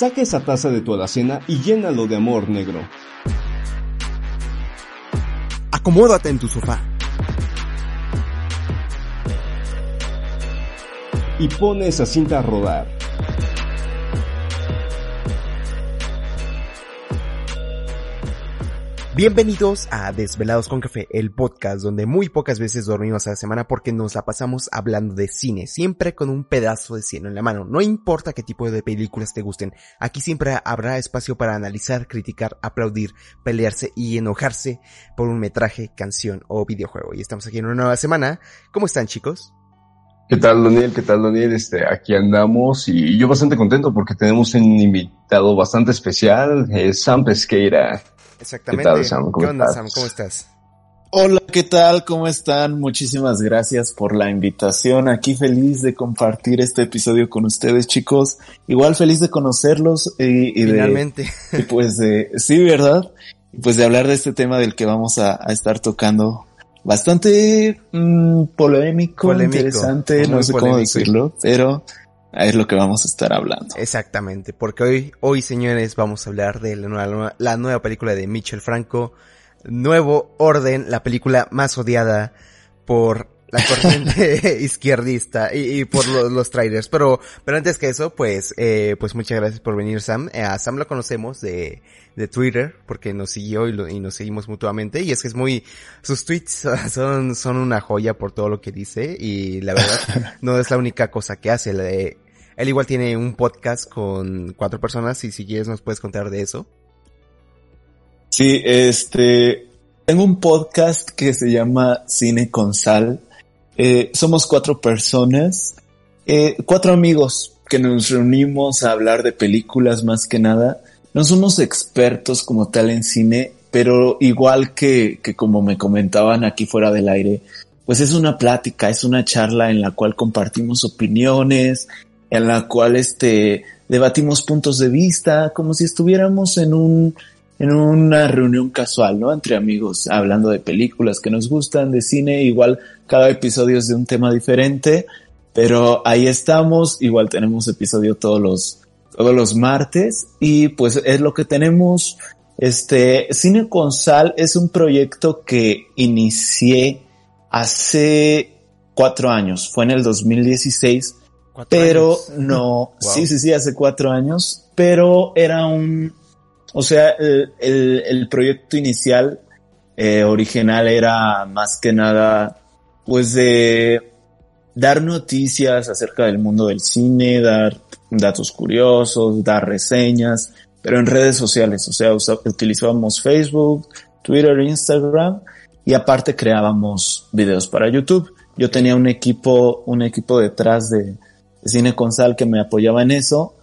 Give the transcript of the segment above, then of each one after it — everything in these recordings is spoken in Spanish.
Saca esa taza de tu alacena y llénalo de amor, negro. Acomódate en tu sofá. Y pone esa cinta a rodar. Bienvenidos a Desvelados con Café, el podcast donde muy pocas veces dormimos a la semana porque nos la pasamos hablando de cine, siempre con un pedazo de cielo en la mano. No importa qué tipo de películas te gusten, aquí siempre habrá espacio para analizar, criticar, aplaudir, pelearse y enojarse por un metraje, canción o videojuego. Y estamos aquí en una nueva semana. ¿Cómo están, chicos? ¿Qué tal, Daniel? Aquí andamos y yo bastante contento porque tenemos un invitado bastante especial, Sam Pesqueira. Exactamente. ¿Qué tal, Sam? ¿Qué onda, Sam? ¿Cómo estás? Hola, ¿qué tal? ¿Cómo están? Muchísimas gracias por la invitación. Aquí feliz de compartir este episodio con ustedes, chicos. Igual feliz de conocerlos y finalmente. Sí, ¿verdad? Y pues de hablar de este tema del que vamos a estar tocando. Bastante polémico, interesante, no sé cómo decirlo, pero es lo que vamos a estar hablando. Exactamente, porque hoy señores vamos a hablar de la nueva película de Michel Franco, Nuevo Orden, la película más odiada por la corriente izquierdista y por los trailers, pero antes que eso, pues muchas gracias por venir, Sam. A Sam lo conocemos de Twitter, porque nos siguió y nos seguimos mutuamente, y es que sus tweets son una joya por todo lo que dice, y la verdad, no es la única cosa que hace. Él igual tiene un podcast con 4 personas, y si quieres nos puedes contar de eso. Sí, tengo un podcast que se llama Cine con Sal. Somos 4 personas, 4 amigos que nos reunimos a hablar de películas más que nada. No somos expertos como tal en cine, pero igual que como me comentaban aquí fuera del aire, pues es una plática, es una charla en la cual compartimos opiniones, en la cual debatimos puntos de vista, como si estuviéramos en una reunión casual, ¿no? Entre amigos, hablando de películas que nos gustan, de cine. Igual cada episodio es de un tema diferente, pero ahí estamos. Igual tenemos episodio todos los martes, y pues es lo que tenemos. Cine con Sal es un proyecto que inicié hace 4 años, fue en el 2016, pero años. No, wow. Sí, hace 4 años, pero era el proyecto inicial, original, era más que nada, pues, de dar noticias acerca del mundo del cine, dar datos curiosos, dar reseñas, pero en redes sociales. O sea, utilizábamos Facebook, Twitter, Instagram, y aparte creábamos videos para YouTube. Yo tenía un equipo detrás de Cine con Sal que me apoyaba en eso.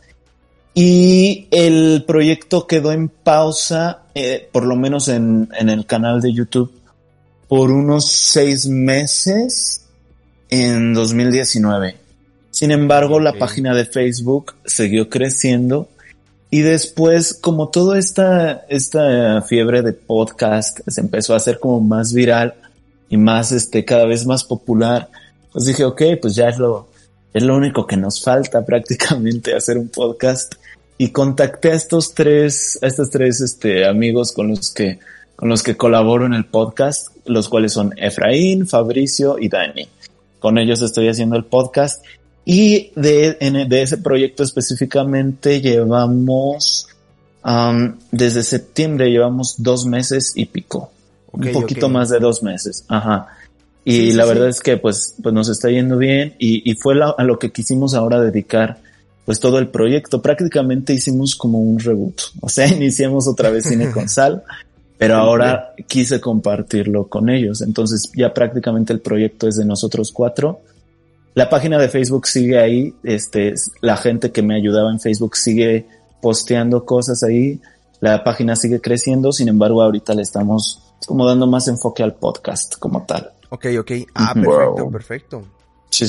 Y el proyecto quedó en pausa, por lo menos en el canal de YouTube, por unos 6 meses en 2019. Sin embargo, la página de Facebook siguió creciendo, y después, como toda esta fiebre de podcast se empezó a hacer como más viral y más cada vez más popular, pues dije, okay, pues ya es lo único que nos falta prácticamente, hacer un podcast. Y contacté a estos tres amigos con los que colaboro en el podcast, los cuales son Efraín, Fabricio y Dani. Con ellos estoy haciendo el podcast, y de ese proyecto específicamente llevamos, desde septiembre llevamos 2 meses y pico. Un poquito más de 2 meses. Ajá. Y la verdad es que pues nos está yendo bien, y fue a lo que quisimos ahora dedicar pues todo el proyecto. Prácticamente hicimos como un reboot. O sea, iniciamos otra vez Cine con Sal, pero ahora quise compartirlo con ellos. Entonces ya prácticamente el proyecto es de nosotros 4. La página de Facebook sigue ahí. La gente que me ayudaba en Facebook sigue posteando cosas ahí. La página sigue creciendo. Sin embargo, ahorita le estamos como dando más enfoque al podcast como tal. Ok. Perfecto. Sí.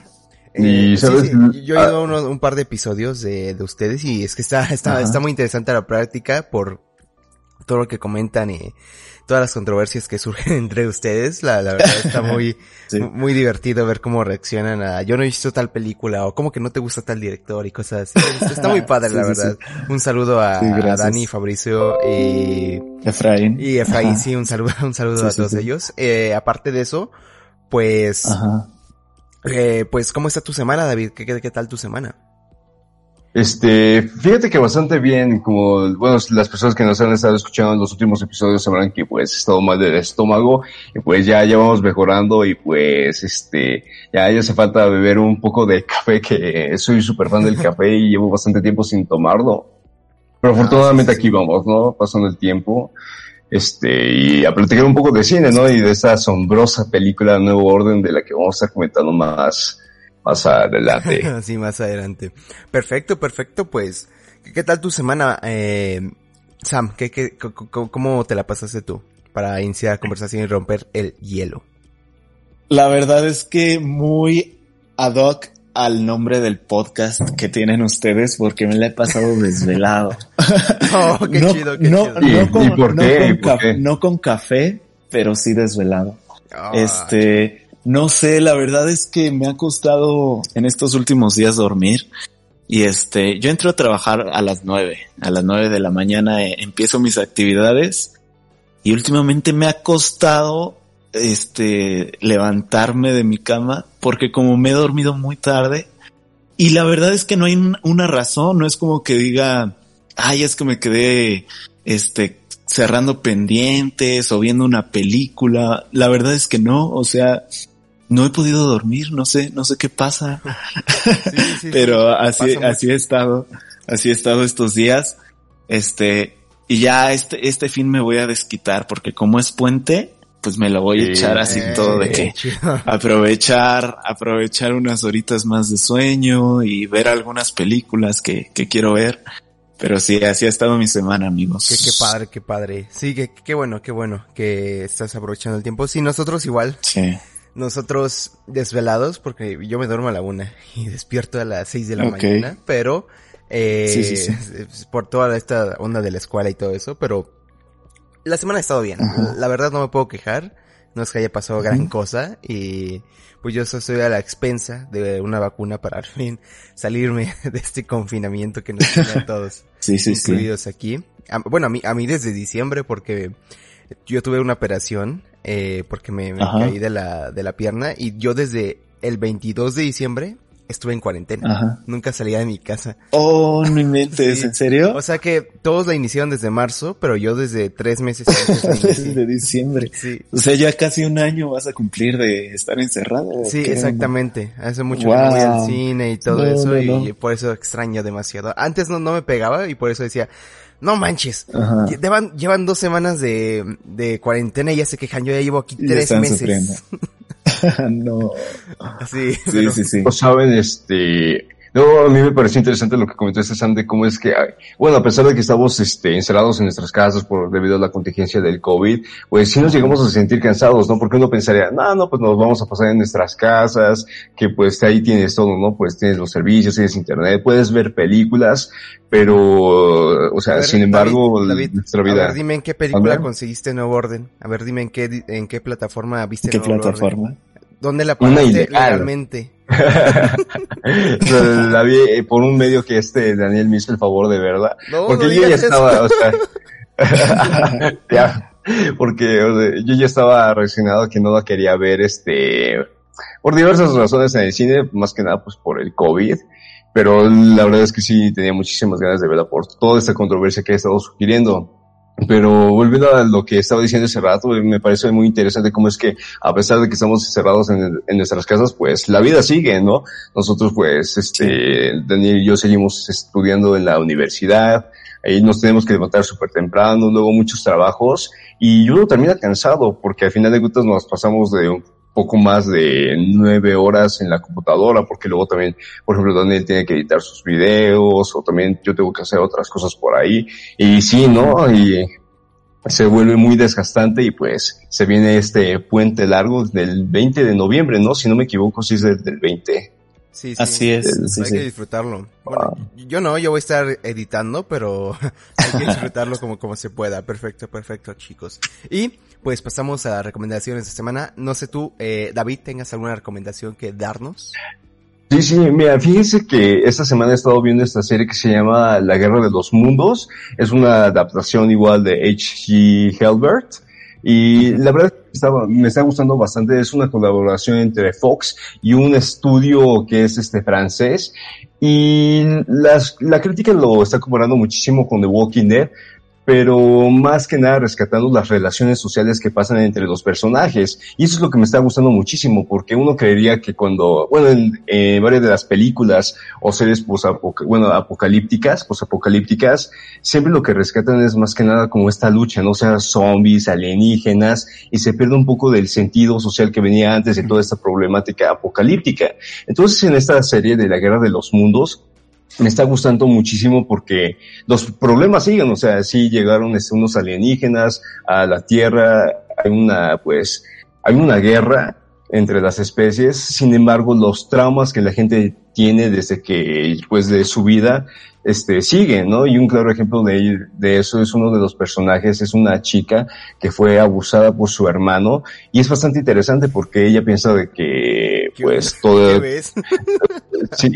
Y ¿sabes? Sí, yo he ido a un par de episodios de ustedes, y es que está muy interesante la práctica por todo lo que comentan y todas las controversias que surgen entre ustedes. La verdad está muy, sí, muy divertido ver cómo reaccionan a yo no he visto tal película o cómo que no te gusta tal director y cosas así. Está muy padre, sí, la verdad. Sí. Un saludo a Dani, Fabricio y Efraín. Y Efraín, sí, un saludo a todos ellos. Aparte de eso, pues, pues, ¿cómo está tu semana, David? ¿Qué tal tu semana? Fíjate que bastante bien, como, bueno, las personas que nos han estado escuchando en los últimos episodios sabrán que pues he estado mal del estómago y pues ya vamos mejorando y pues ya hace falta beber un poco de café, que soy súper fan del café y llevo bastante tiempo sin tomarlo. Pero afortunadamente aquí vamos, ¿no? Pasando el tiempo. Y a platicar un poco de cine, ¿no? Y de esta asombrosa película Nuevo Orden de la que vamos a estar comentando más adelante. Sí, más adelante. Perfecto, pues, ¿qué tal tu semana, Sam? ¿Cómo te la pasaste tú para iniciar conversación y romper el hielo? La verdad es que muy ad hoc al nombre del podcast que tienen ustedes, porque me la he pasado desvelado. Oh, qué chido, qué chido. ¿Y por qué? No con café, pero sí desvelado. No sé, la verdad es que me ha costado en estos últimos días dormir. Y yo entro a trabajar a las 9 de la mañana, empiezo mis actividades. Y últimamente me ha costado, levantarme de mi cama, porque como me he dormido muy tarde, y la verdad es que no hay una razón, no es como que diga, ay, es que me quedé, cerrando pendientes o viendo una película. La verdad es que no, o sea, no he podido dormir, no sé qué pasa. Sí, pero así he estado estos días. Y ya este fin me voy a desquitar, porque como es puente, pues me lo voy a echar así todo de que aprovechar unas horitas más de sueño y ver algunas películas que quiero ver. Pero sí, así ha estado mi semana, amigos. Qué padre. Sí, qué bueno que estás aprovechando el tiempo. Sí, nosotros igual. Sí. Nosotros desvelados, porque yo me duermo a la 1 y despierto a las 6 de la mañana, pero sí. Por toda esta onda de la escuela y todo eso, pero la semana ha estado bien. Ajá. La verdad no me puedo quejar, no es que haya pasado gran cosa y pues yo estoy a la expensa de una vacuna para al fin salirme de este confinamiento que nos tiene a todos incluidos aquí. Bueno, a mí desde diciembre, porque yo tuve una operación, porque me caí de la pierna y yo desde el 22 de diciembre estuve en cuarentena. Ajá. Nunca salía de mi casa. Oh, no inventes, sí. ¿En serio? O sea que todos la iniciaron desde marzo, pero yo desde 3 meses antes desde diciembre. Sí. O sea, ya casi un año vas a cumplir de estar encerrado. Sí, exactamente. Hace mucho que no voy al cine y todo eso y por eso extraño demasiado. Antes no me pegaba y por eso decía, no manches, llevan 2 semanas de cuarentena y ya se quejan, yo ya llevo aquí 3 meses. Sufriendo. No. Sí. Pues saben, no, a mí me pareció interesante lo que comentó Sam de cómo es que, bueno, a pesar de que estamos, encerrados en nuestras casas debido a la contingencia del COVID, pues sí nos llegamos a sentir cansados, ¿no? Porque uno pensaría, no, pues nos vamos a pasar en nuestras casas, que pues ahí tienes todo, ¿no? Pues tienes los servicios, tienes internet, puedes ver películas, pero, o sea, sin embargo, David, nuestra vida. A ver, dime en qué película conseguiste Nuevo Orden. A ver, dime en qué plataforma viste Nuevo Orden. ¿Qué plataforma? ¿Dónde la pagaste legalmente? La vi por un medio que Daniel me hizo el favor de verla. No, porque yo ya estaba, o sea, porque yo ya estaba resignado que no la quería ver, por diversas razones en el cine, más que nada pues por el COVID. Pero la verdad es que sí tenía muchísimas ganas de verla por toda esta controversia que ha estado sugiriendo. Pero volviendo a lo que estaba diciendo hace rato, me parece muy interesante cómo es que a pesar de que estamos encerrados en nuestras casas, pues la vida sigue, ¿no? Nosotros pues, Daniel y yo seguimos estudiando en la universidad, ahí nos tenemos que levantar súper temprano, luego muchos trabajos, y uno termina cansado, porque al final de cuentas nos pasamos de un poco más de 9 horas en la computadora, porque luego también, por ejemplo, Daniel tiene que editar sus videos, o también yo tengo que hacer otras cosas por ahí, y sí, ¿no? Y se vuelve muy desgastante y pues se viene este puente largo del 20 de noviembre, ¿no? Si no me equivoco, sí es del 20. Sí, Así es. hay que disfrutarlo. Bueno, yo voy a estar editando, pero hay que disfrutarlo como se pueda. Perfecto, chicos. Y pues pasamos a recomendaciones de semana. No sé tú, David, ¿tengas alguna recomendación que darnos? Sí, mira, fíjense que esta semana he estado viendo esta serie que se llama La Guerra de los Mundos. Es una adaptación igual de H.G. Helbert. Y la verdad me está gustando bastante. Es una colaboración entre Fox y un estudio que es francés. Y la crítica lo está comparando muchísimo con The Walking Dead, pero más que nada rescatando las relaciones sociales que pasan entre los personajes. Y eso es lo que me está gustando muchísimo, porque uno creería que en varias de las películas o series posapocalípticas, siempre lo que rescatan es más que nada como esta lucha, ¿no? O sea, zombies, alienígenas, y se pierde un poco del sentido social que venía antes de toda esta problemática apocalíptica. Entonces, en esta serie de La Guerra de los Mundos, me está gustando muchísimo porque los problemas siguen, o sea, sí llegaron unos alienígenas a la Tierra, hay una guerra entre las especies. Sin embargo, los traumas que la gente tiene desde que, de su vida, siguen, ¿no? Y un claro ejemplo de eso es uno de los personajes, es una chica que fue abusada por su hermano, y es bastante interesante porque ella piensa de que, todo... ¿Qué ves? Sí,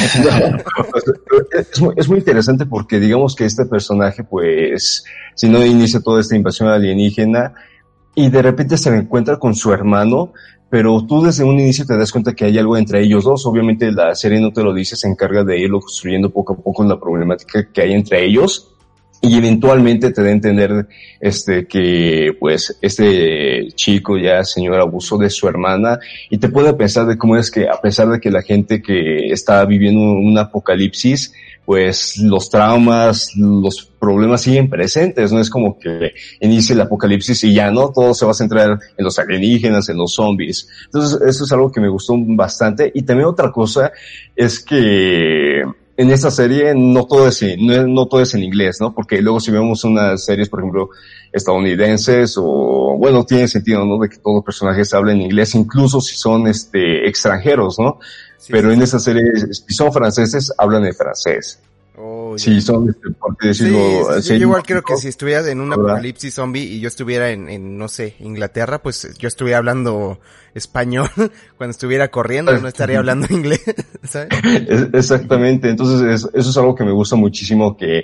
es muy interesante porque digamos que este personaje, si no inicia toda esta invasión alienígena y de repente se encuentra con su hermano, pero tú desde un inicio te das cuenta que hay algo entre ellos dos. Obviamente la serie no te lo dice, se encarga de irlo construyendo poco a poco en la problemática que hay entre ellos. Y eventualmente te da a entender que este chico ya señor abusó de su hermana, y te puede pensar de cómo es que a pesar de que la gente que está viviendo un apocalipsis, pues los traumas, los problemas siguen presentes. No es como que inicie el apocalipsis y ya no, todo se va a centrar en los alienígenas, en los zombies. Entonces eso es algo que me gustó bastante. Y también otra cosa es que en esta serie no todo es en inglés, ¿no? Porque luego si vemos unas series, por ejemplo, estadounidenses, tiene sentido, ¿no? De que todos los personajes hablen inglés, incluso si son extranjeros, ¿no? Sí, pero en esta serie, si son franceses, hablan en francés. Si son, por qué decirlo... yo igual creo que si estuvieras en un apocalipsis zombie y yo estuviera en no sé, Inglaterra, pues yo estuviera hablando español. Cuando estuviera corriendo no estaría hablando inglés, ¿sabes? Exactamente. Entonces eso es algo que me gusta muchísimo, que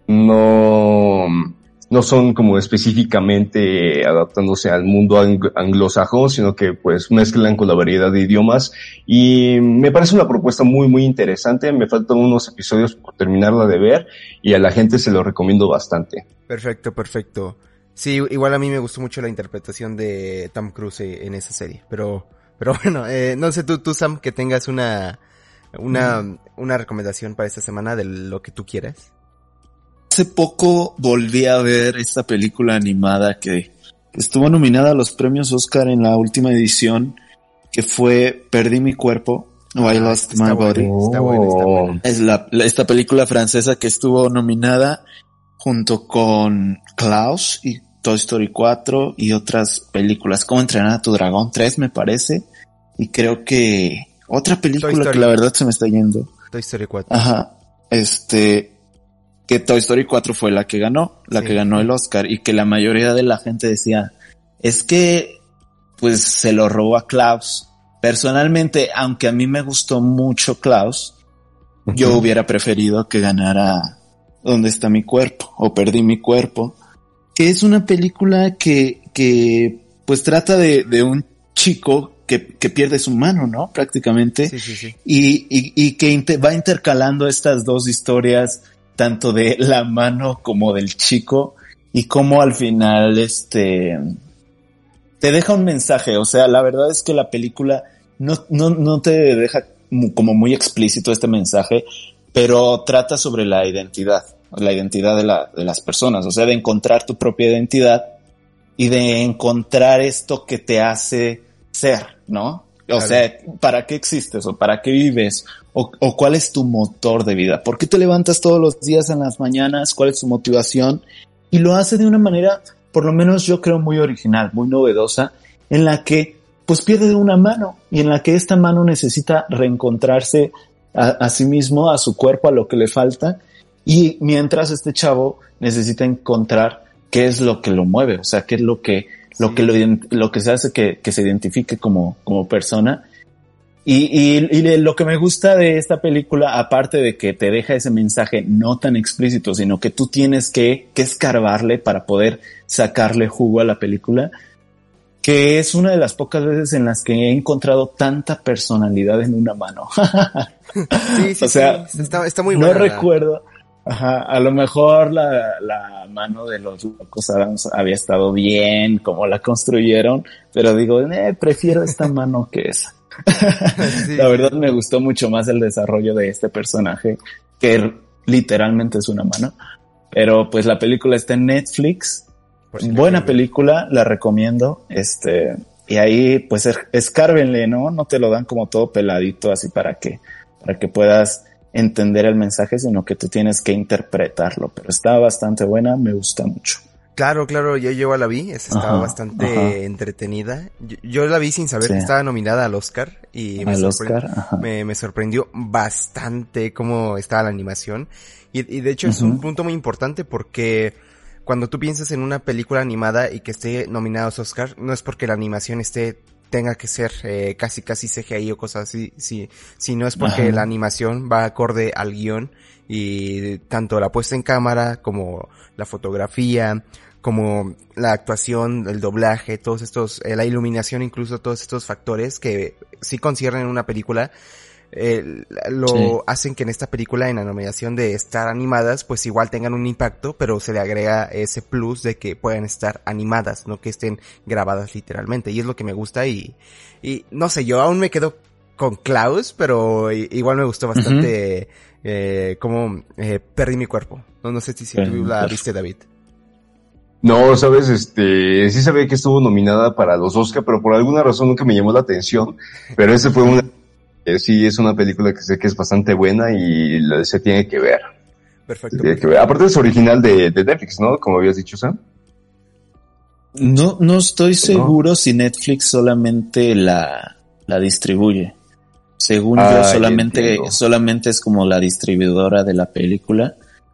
no son como específicamente adaptándose al mundo anglosajón, sino que pues mezclan con la variedad de idiomas, y me parece una propuesta muy, muy interesante. Me faltan unos episodios por terminarla de ver y a la gente se lo recomiendo bastante. Perfecto. Sí, igual a mí me gustó mucho la interpretación de Tom Cruise en esa serie, pero bueno, no sé tú Sam, que tengas una recomendación para esta semana de lo que tú quieras. Hace poco volví a ver esta película animada que estuvo nominada a los premios Oscar en la última edición, que fue Perdí mi cuerpo, o I Lost My Body. Está bueno. Es esta película francesa que estuvo nominada junto con Klaus y Toy Story 4 y otras películas, como Entrenar a tu Dragón 3, me parece, y creo que otra película que la verdad se me está yendo. Toy Story 4. Ajá. Que Toy Story 4 fue la que ganó el Oscar, y que la mayoría de la gente decía, es que, pues, se lo robó a Klaus. Personalmente, aunque a mí me gustó mucho Klaus, yo hubiera preferido que ganara ¿Dónde está mi cuerpo? O Perdí mi cuerpo, que es una película que pues trata de un chico que pierde su mano, ¿no? Prácticamente. Sí. Y que va intercalando estas dos historias, tanto de la mano como del chico, y cómo al final te deja un mensaje. O sea, la verdad es que la película no te deja como muy explícito este mensaje, pero trata sobre la identidad de las personas, o sea, de encontrar tu propia identidad y de encontrar esto que te hace ser, ¿no? O sea, ¿para qué existes? ¿O para qué vives? ¿O cuál es tu motor de vida? ¿Por qué te levantas todos los días en las mañanas? ¿Cuál es tu motivación? Y lo hace de una manera, por lo menos yo creo, muy original, muy novedosa, en la que pues pierde una mano, y en la que esta mano necesita reencontrarse a sí mismo, a su cuerpo, a lo que le falta, y mientras este chavo necesita encontrar qué es lo que lo mueve, o sea, qué es lo que se hace que se identifique como persona. Y lo que me gusta de esta película, aparte de que te deja ese mensaje no tan explícito, sino que tú tienes que escarbarle para poder sacarle jugo a la película, que es una de las pocas veces en las que he encontrado tanta personalidad en una mano. Sí, o sea, está muy buena. No recuerdo. Ajá, a lo mejor la mano de los Locos Adams había estado bien, como la construyeron, pero digo, prefiero esta mano que esa. Sí. La verdad me gustó mucho más el desarrollo de este personaje, que literalmente es una mano. Pero pues la película está en Netflix. Buena película, la recomiendo. Y ahí pues escárbenle, ¿no? No te lo dan como todo peladito así para que puedas entender el mensaje, sino que tú tienes que interpretarlo. Pero está bastante buena, me gusta mucho. Claro, yo la vi, estaba bastante entretenida. Yo la vi sin saber que estaba nominada al Oscar y me sorprendió bastante cómo estaba la animación. Y de hecho es un punto muy importante porque cuando tú piensas en una película animada y que esté nominada a los Oscar, no es porque la animación tenga que ser casi CGI o cosas así, sino es porque la animación va acorde al guión y tanto la puesta en cámara como la fotografía, como la actuación, el doblaje, todos estos, la iluminación, incluso todos estos factores que sí conciernen una película, hacen que en esta película, en la nominación de estar animadas, pues igual tengan un impacto, pero se le agrega ese plus de que puedan estar animadas, no que estén grabadas literalmente, y es lo que me gusta y no sé, yo aún me quedo con Klaus, pero igual me gustó bastante como Perdí mi cuerpo. No sé si tú la viste, David. No, sabes, sí sabía que estuvo nominada para los Oscar, pero por alguna razón nunca me llamó la atención, pero ese fue sí es una película que sé que es bastante buena y se tiene que ver. Perfecto. Tiene que ver. Aparte es original de Netflix, ¿no? Como habías dicho, Sam. No estoy seguro si Netflix solamente la distribuye. Según yo, solamente es como la distribuidora de la película,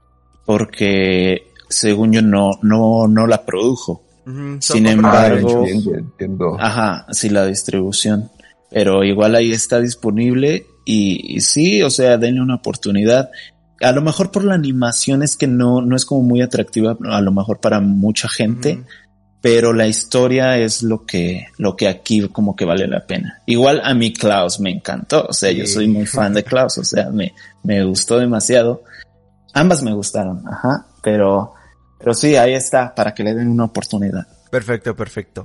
porque según yo no la produjo. Sin embargo, entiendo. Sí, la distribución. Pero igual ahí está disponible y sí, o sea, denle una oportunidad. A lo mejor por la animación es que no es como muy atractiva, a lo mejor para mucha gente, pero la historia es lo que aquí como que vale la pena. Igual a mí Klaus me encantó, o sea, yo soy muy fan de Klaus, o sea, me gustó demasiado. Ambas me gustaron, pero sí, ahí está, para que le den una oportunidad. Perfecto.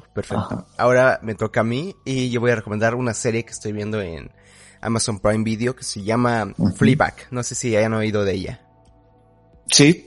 Ahora me toca a mí y yo voy a recomendar una serie que estoy viendo en Amazon Prime Video que se llama Fleabag. No sé si hayan oído de ella. Sí.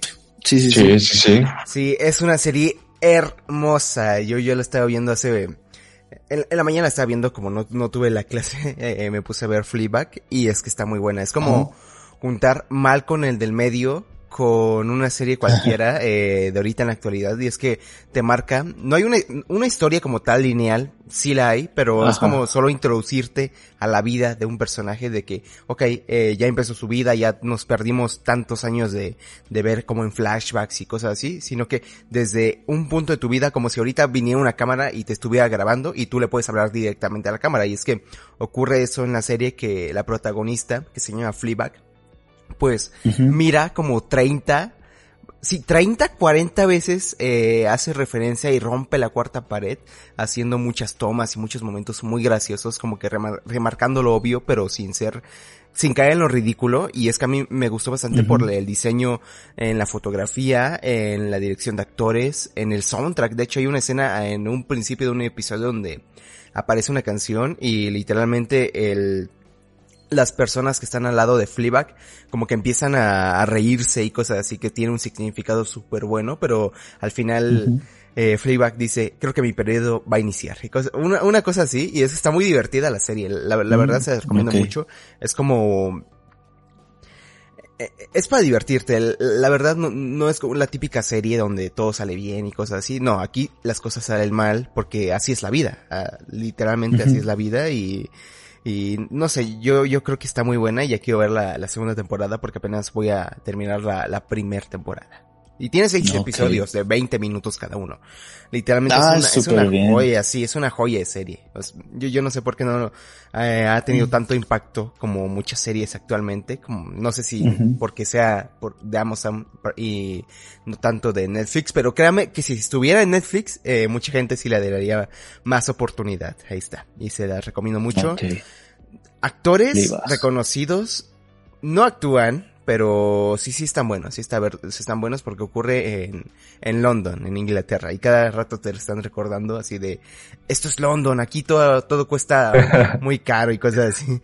Sí, es una serie hermosa. Yo la estaba viendo en la mañana estaba viendo, como no tuve la clase, me puse a ver Fleabag y es que está muy buena. Es como juntar Malcolm, el del medio, con una serie cualquiera de ahorita en la actualidad, y es que te marca, no hay una historia como tal lineal, sí la hay, pero es como solo introducirte a la vida de un personaje, de que, ya empezó su vida, ya nos perdimos tantos años de ver como en flashbacks y cosas así, sino que desde un punto de tu vida, como si ahorita viniera una cámara y te estuviera grabando y tú le puedes hablar directamente a la cámara, y es que ocurre eso en la serie, que la protagonista, que se llama Fleabag, pues mira como 30, 40 veces hace referencia y rompe la cuarta pared, haciendo muchas tomas y muchos momentos muy graciosos, como que remarcando lo obvio, pero sin caer en lo ridículo. Y es que a mí me gustó bastante por el diseño, en la fotografía, en la dirección de actores, en el soundtrack. De hecho, hay una escena en un principio de un episodio donde aparece una canción y literalmente las personas que están al lado de Fleabag como que empiezan a reírse y cosas así, que tiene un significado súper bueno, pero al final Fleabag dice, creo que mi periodo va a iniciar, y una cosa así, y está muy divertida la serie, la verdad se la recomiendo mucho. Es como es para divertirte. La verdad no es como la típica serie donde todo sale bien y cosas así. No, aquí las cosas salen mal porque así es la vida. Literalmente así es la vida y no sé, yo creo que está muy buena y ya quiero ver la segunda temporada porque apenas voy a terminar la primera temporada. Y tiene 6 episodios de 20 minutos cada uno. Literalmente es una joya, sí, es una joya de serie. Pues, yo no sé por qué no ha tenido tanto impacto como muchas series actualmente. Como, no sé si porque sea de Amazon y no tanto de Netflix, pero créame que si estuviera en Netflix, mucha gente sí le daría más oportunidad. Ahí está. Y se la recomiendo mucho. Actores reconocidos no actúan, pero sí están buenos, sí están buenos porque ocurre en London, en Inglaterra, y cada rato te lo están recordando así de, esto es London, aquí todo cuesta muy caro y cosas así.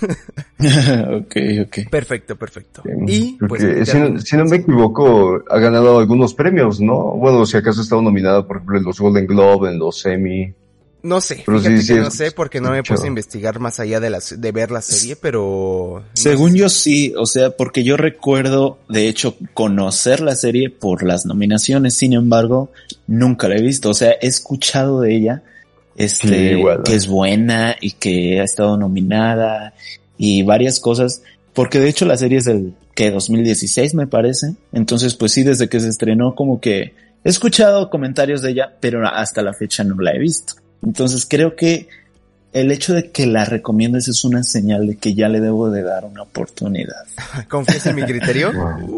Okay. Perfecto. Y pues si no me equivoco, ha ganado algunos premios, ¿no? Bueno, si acaso ha estado nominada, por ejemplo, en los Golden Globe, en los Emmy. No sé, pero fíjate que no sé porque no me puse a investigar más allá de ver la serie, pero... Según yo sí, o sea, porque yo recuerdo, de hecho, conocer la serie por las nominaciones, sin embargo, nunca la he visto, o sea, he escuchado de ella, que es buena y que ha estado nominada y varias cosas, porque de hecho la serie es del, 2016 me parece, entonces pues sí, desde que se estrenó como que he escuchado comentarios de ella, pero hasta la fecha no la he visto. Entonces creo que el hecho de que la recomiendes es una señal de que ya le debo de dar una oportunidad. ¿Confías en mi criterio?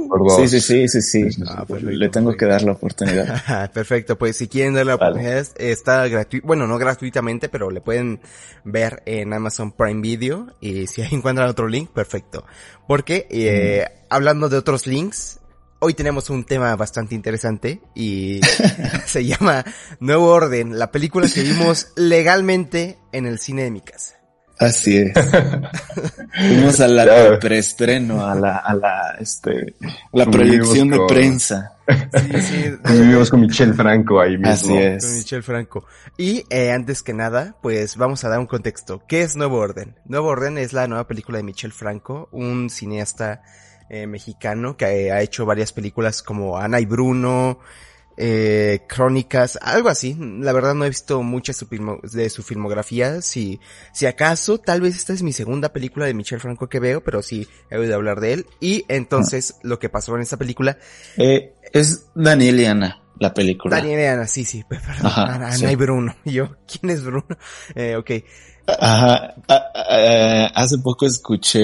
Sí. Le tengo que dar la oportunidad. Perfecto, pues si quieren dar la oportunidad, está gratuito, bueno, no gratuitamente, pero le pueden ver en Amazon Prime Video y si ahí encuentran otro link, perfecto. Porque, hablando de otros links, hoy tenemos un tema bastante interesante y se llama Nuevo Orden, la película que vimos legalmente en el cine de mi casa. Así es. Fuimos a la preestreno, a la proyección de prensa. Sí. Vivimos con Michel Franco ahí mismo. Así es. Con Michel Franco. Y antes que nada, pues vamos a dar un contexto. ¿Qué es Nuevo Orden? Nuevo Orden es la nueva película de Michel Franco, un cineasta mexicano que ha hecho varias películas como Ana y Bruno, Crónicas, algo así. La verdad no he visto muchas de su filmografía. Si acaso, tal vez esta es mi segunda película de Michel Franco que veo, pero sí he oído hablar de él. Y entonces lo que pasó en esta película es Daniel y Ana, la película. Daniel y Ana, sí, perdón. Ana y Bruno. Y yo, ¿quién es Bruno? Okay. Ajá. Hace poco escuché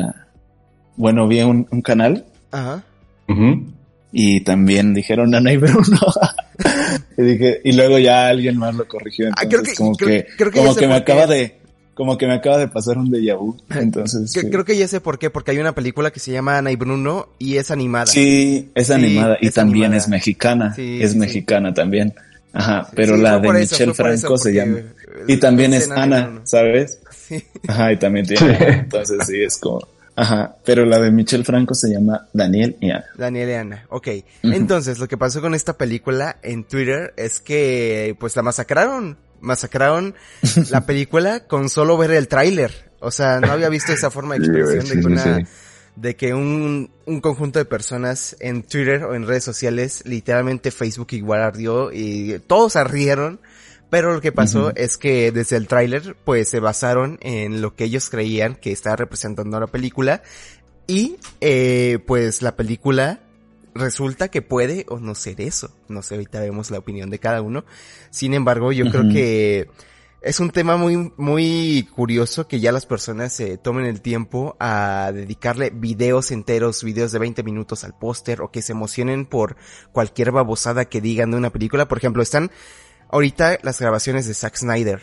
vi un canal. Ajá. Y también dijeron Ana y Bruno. y luego ya alguien más lo corrigió. Entonces, como que me acaba de pasar un déjà vu. Entonces, creo que ya sé por qué, porque hay una película que se llama Ana y Bruno y es animada. Sí, es animada y también es mexicana. Es mexicana también. Ajá, pero la de Michel Franco se llama. Y también es Ana, ¿sabes? Sí. Ajá, y también tiene. Entonces sí, es como... Ajá, pero la de Michel Franco se llama Daniel y Ana. Daniel y Ana, ok. Entonces, lo que pasó con esta película en Twitter es que, pues, la masacraron. Masacraron la película con solo ver el tráiler. O sea, no había visto esa forma de expresión de que un conjunto de personas en Twitter o en redes sociales, literalmente Facebook igual ardió y todos rieron. Pero lo que pasó es que desde el tráiler, pues se basaron en lo que ellos creían que estaba representando la película y, pues la película resulta que puede o no ser eso. No sé, ahorita vemos la opinión de cada uno. Sin embargo, yo creo que es un tema muy, muy curioso que ya las personas se tomen el tiempo a dedicarle videos enteros, videos de 20 minutos al póster o que se emocionen por cualquier babosada que digan de una película. Por ejemplo, están ahorita las grabaciones de Zack Snyder.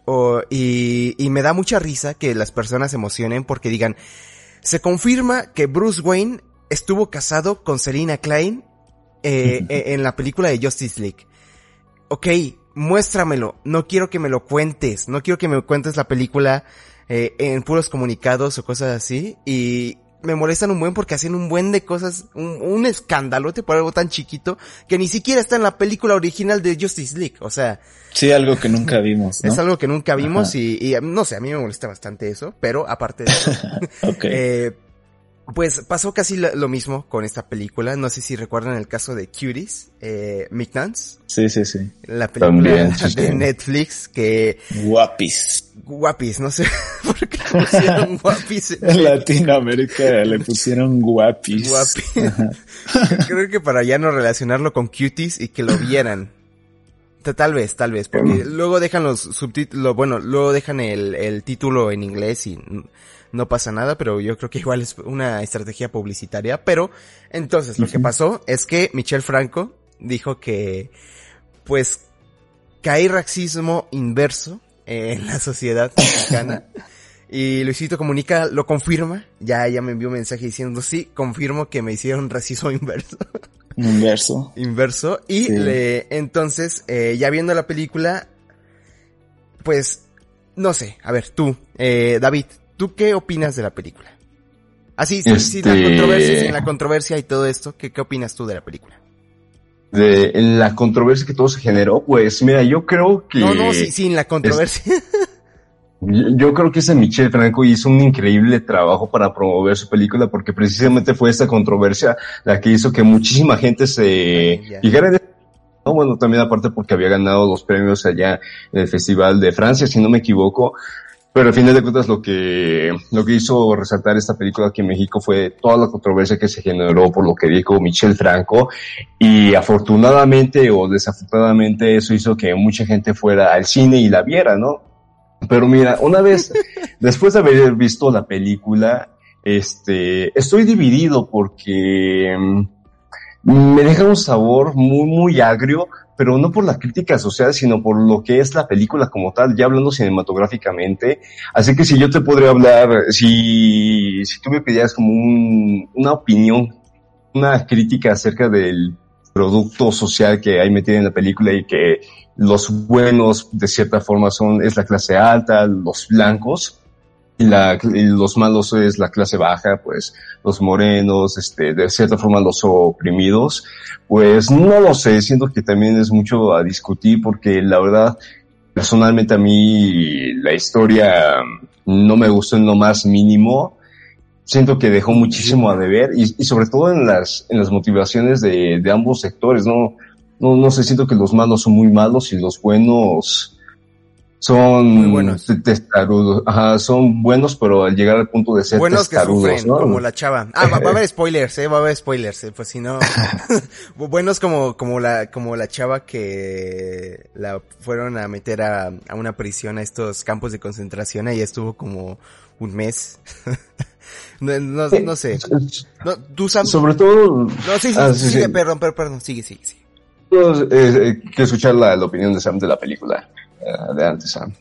Y me da mucha risa que las personas se emocionen porque digan, se confirma que Bruce Wayne estuvo casado con Selina Klein en la película de Justice League. Ok, muéstramelo. No quiero que me lo cuentes. No quiero que me cuentes la película en puros comunicados o cosas así. Y me molestan un buen porque hacen un buen de cosas, un escandalote por algo tan chiquito que ni siquiera está en la película original de Justice League, o sea... Sí, algo que nunca vimos, ¿no? Es algo que nunca vimos y no sé, a mí me molesta bastante eso, pero aparte de eso... Okay. Pues pasó casi lo mismo con esta película. No sé si recuerdan el caso de Cuties, Midnights. Sí. La película de Netflix que... Guapis, no sé por qué le pusieron guapis. En Latinoamérica le pusieron guapis. Creo que para ya no relacionarlo con Cuties y que lo vieran. Tal vez, porque luego dejan los subtítulos, luego dejan el título en inglés y no pasa nada, pero yo creo que igual es una estrategia publicitaria. Pero entonces lo que pasó es que Michel Franco dijo que pues que hay racismo inverso en la sociedad mexicana. Y Luisito Comunica lo confirma, ya me envió un mensaje diciendo sí, confirmo que me hicieron racismo inverso. Inverso. Y sí. Entonces, ya viendo la película, pues, no sé, a ver, tú, David, ¿tú qué opinas de la película? Así, sin la controversia y todo esto, ¿qué opinas tú de la película? De la controversia que todo se generó, pues, mira, yo creo que... No, sí, sin la controversia. Yo creo que ese Michel Franco hizo un increíble trabajo para promover su película porque precisamente fue esta controversia la que hizo que muchísima gente se llegara no, bueno, también aparte porque había ganado los premios allá en el Festival de Francia, si no me equivoco, pero al final de cuentas lo que hizo resaltar esta película aquí en México fue toda la controversia que se generó por lo que dijo Michel Franco y afortunadamente o desafortunadamente eso hizo que mucha gente fuera al cine y la viera, ¿no? Pero mira, una vez, después de haber visto la película, estoy dividido porque me deja un sabor muy, muy agrio, pero no por la crítica social, sino por lo que es la película como tal, ya hablando cinematográficamente. Así que si yo te podría hablar, si tú me pidieras como una opinión, una crítica acerca del producto social que hay metido en la película y que los buenos de cierta forma es la clase alta, los blancos, y los malos es la clase baja, pues los morenos, de cierta forma los oprimidos, pues no lo sé, siento que también es mucho a discutir porque la verdad, personalmente a mí la historia no me gustó en lo más mínimo. Siento que dejó muchísimo a deber y sobre todo en las motivaciones de ambos sectores, no sé, siento que los malos son muy malos y los buenos son muy buenos. Testarudos. Ajá, son buenos, pero al llegar al punto de ser buenos testarudos, que sufren, ¿no? como la chava. Va a haber spoilers, pues si no. Buenos como la chava que la fueron a meter a una prisión, a estos campos de concentración, y estuvo como un mes. No sé. No, tú sabes. Sobre todo. No, sigue. Perdón, sigue. Quiero escuchar la opinión de Sam de la película. Adelante, Sam.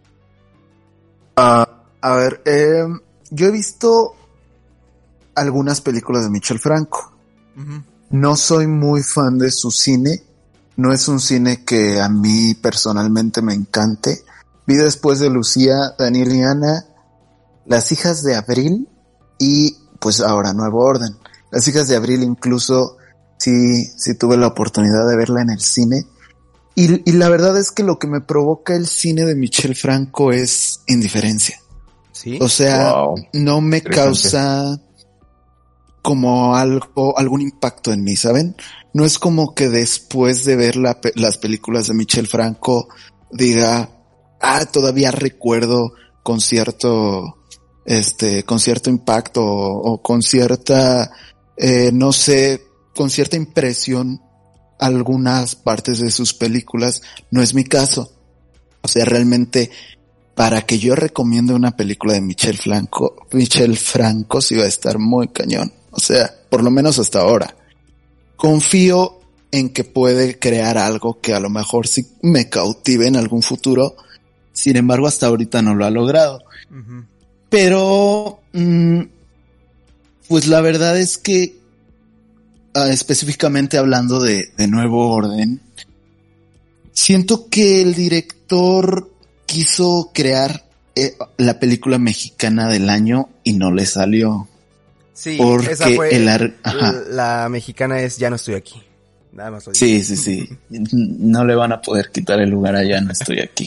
A ver, yo he visto algunas películas de Michel Franco. Uh-huh. No soy muy fan de su cine. No es un cine que a mí personalmente me encante. Vi después de Lucía, Daniel y Ana, Las hijas de Abril y pues ahora Nuevo Orden. Las hijas de Abril incluso sí tuve la oportunidad de verla en el cine. Y la verdad es que lo que me provoca el cine de Michel Franco es indiferencia. ¿Sí? O sea, no me causa como algún impacto en mí, ¿saben? No es como que después de ver las películas de Michel Franco diga, todavía recuerdo con cierto impacto o con cierta, no sé, con cierta impresión algunas partes de sus películas. No es mi caso. O sea, realmente, para que yo recomiende una película de Michel Franco sí va a estar muy cañón. O sea, por lo menos hasta ahora. Confío en que puede crear algo que a lo mejor sí me cautive en algún futuro. Sin embargo, hasta ahorita no lo ha logrado. Uh-huh. Pero, pues la verdad es que, específicamente hablando de Nuevo Orden, siento que el director quiso crear la película mexicana del año y no le salió. Sí, porque esa fue la mexicana es Ya no estoy aquí. Nada más lo digo. Sí. No le van a poder quitar el lugar a Ya no estoy aquí.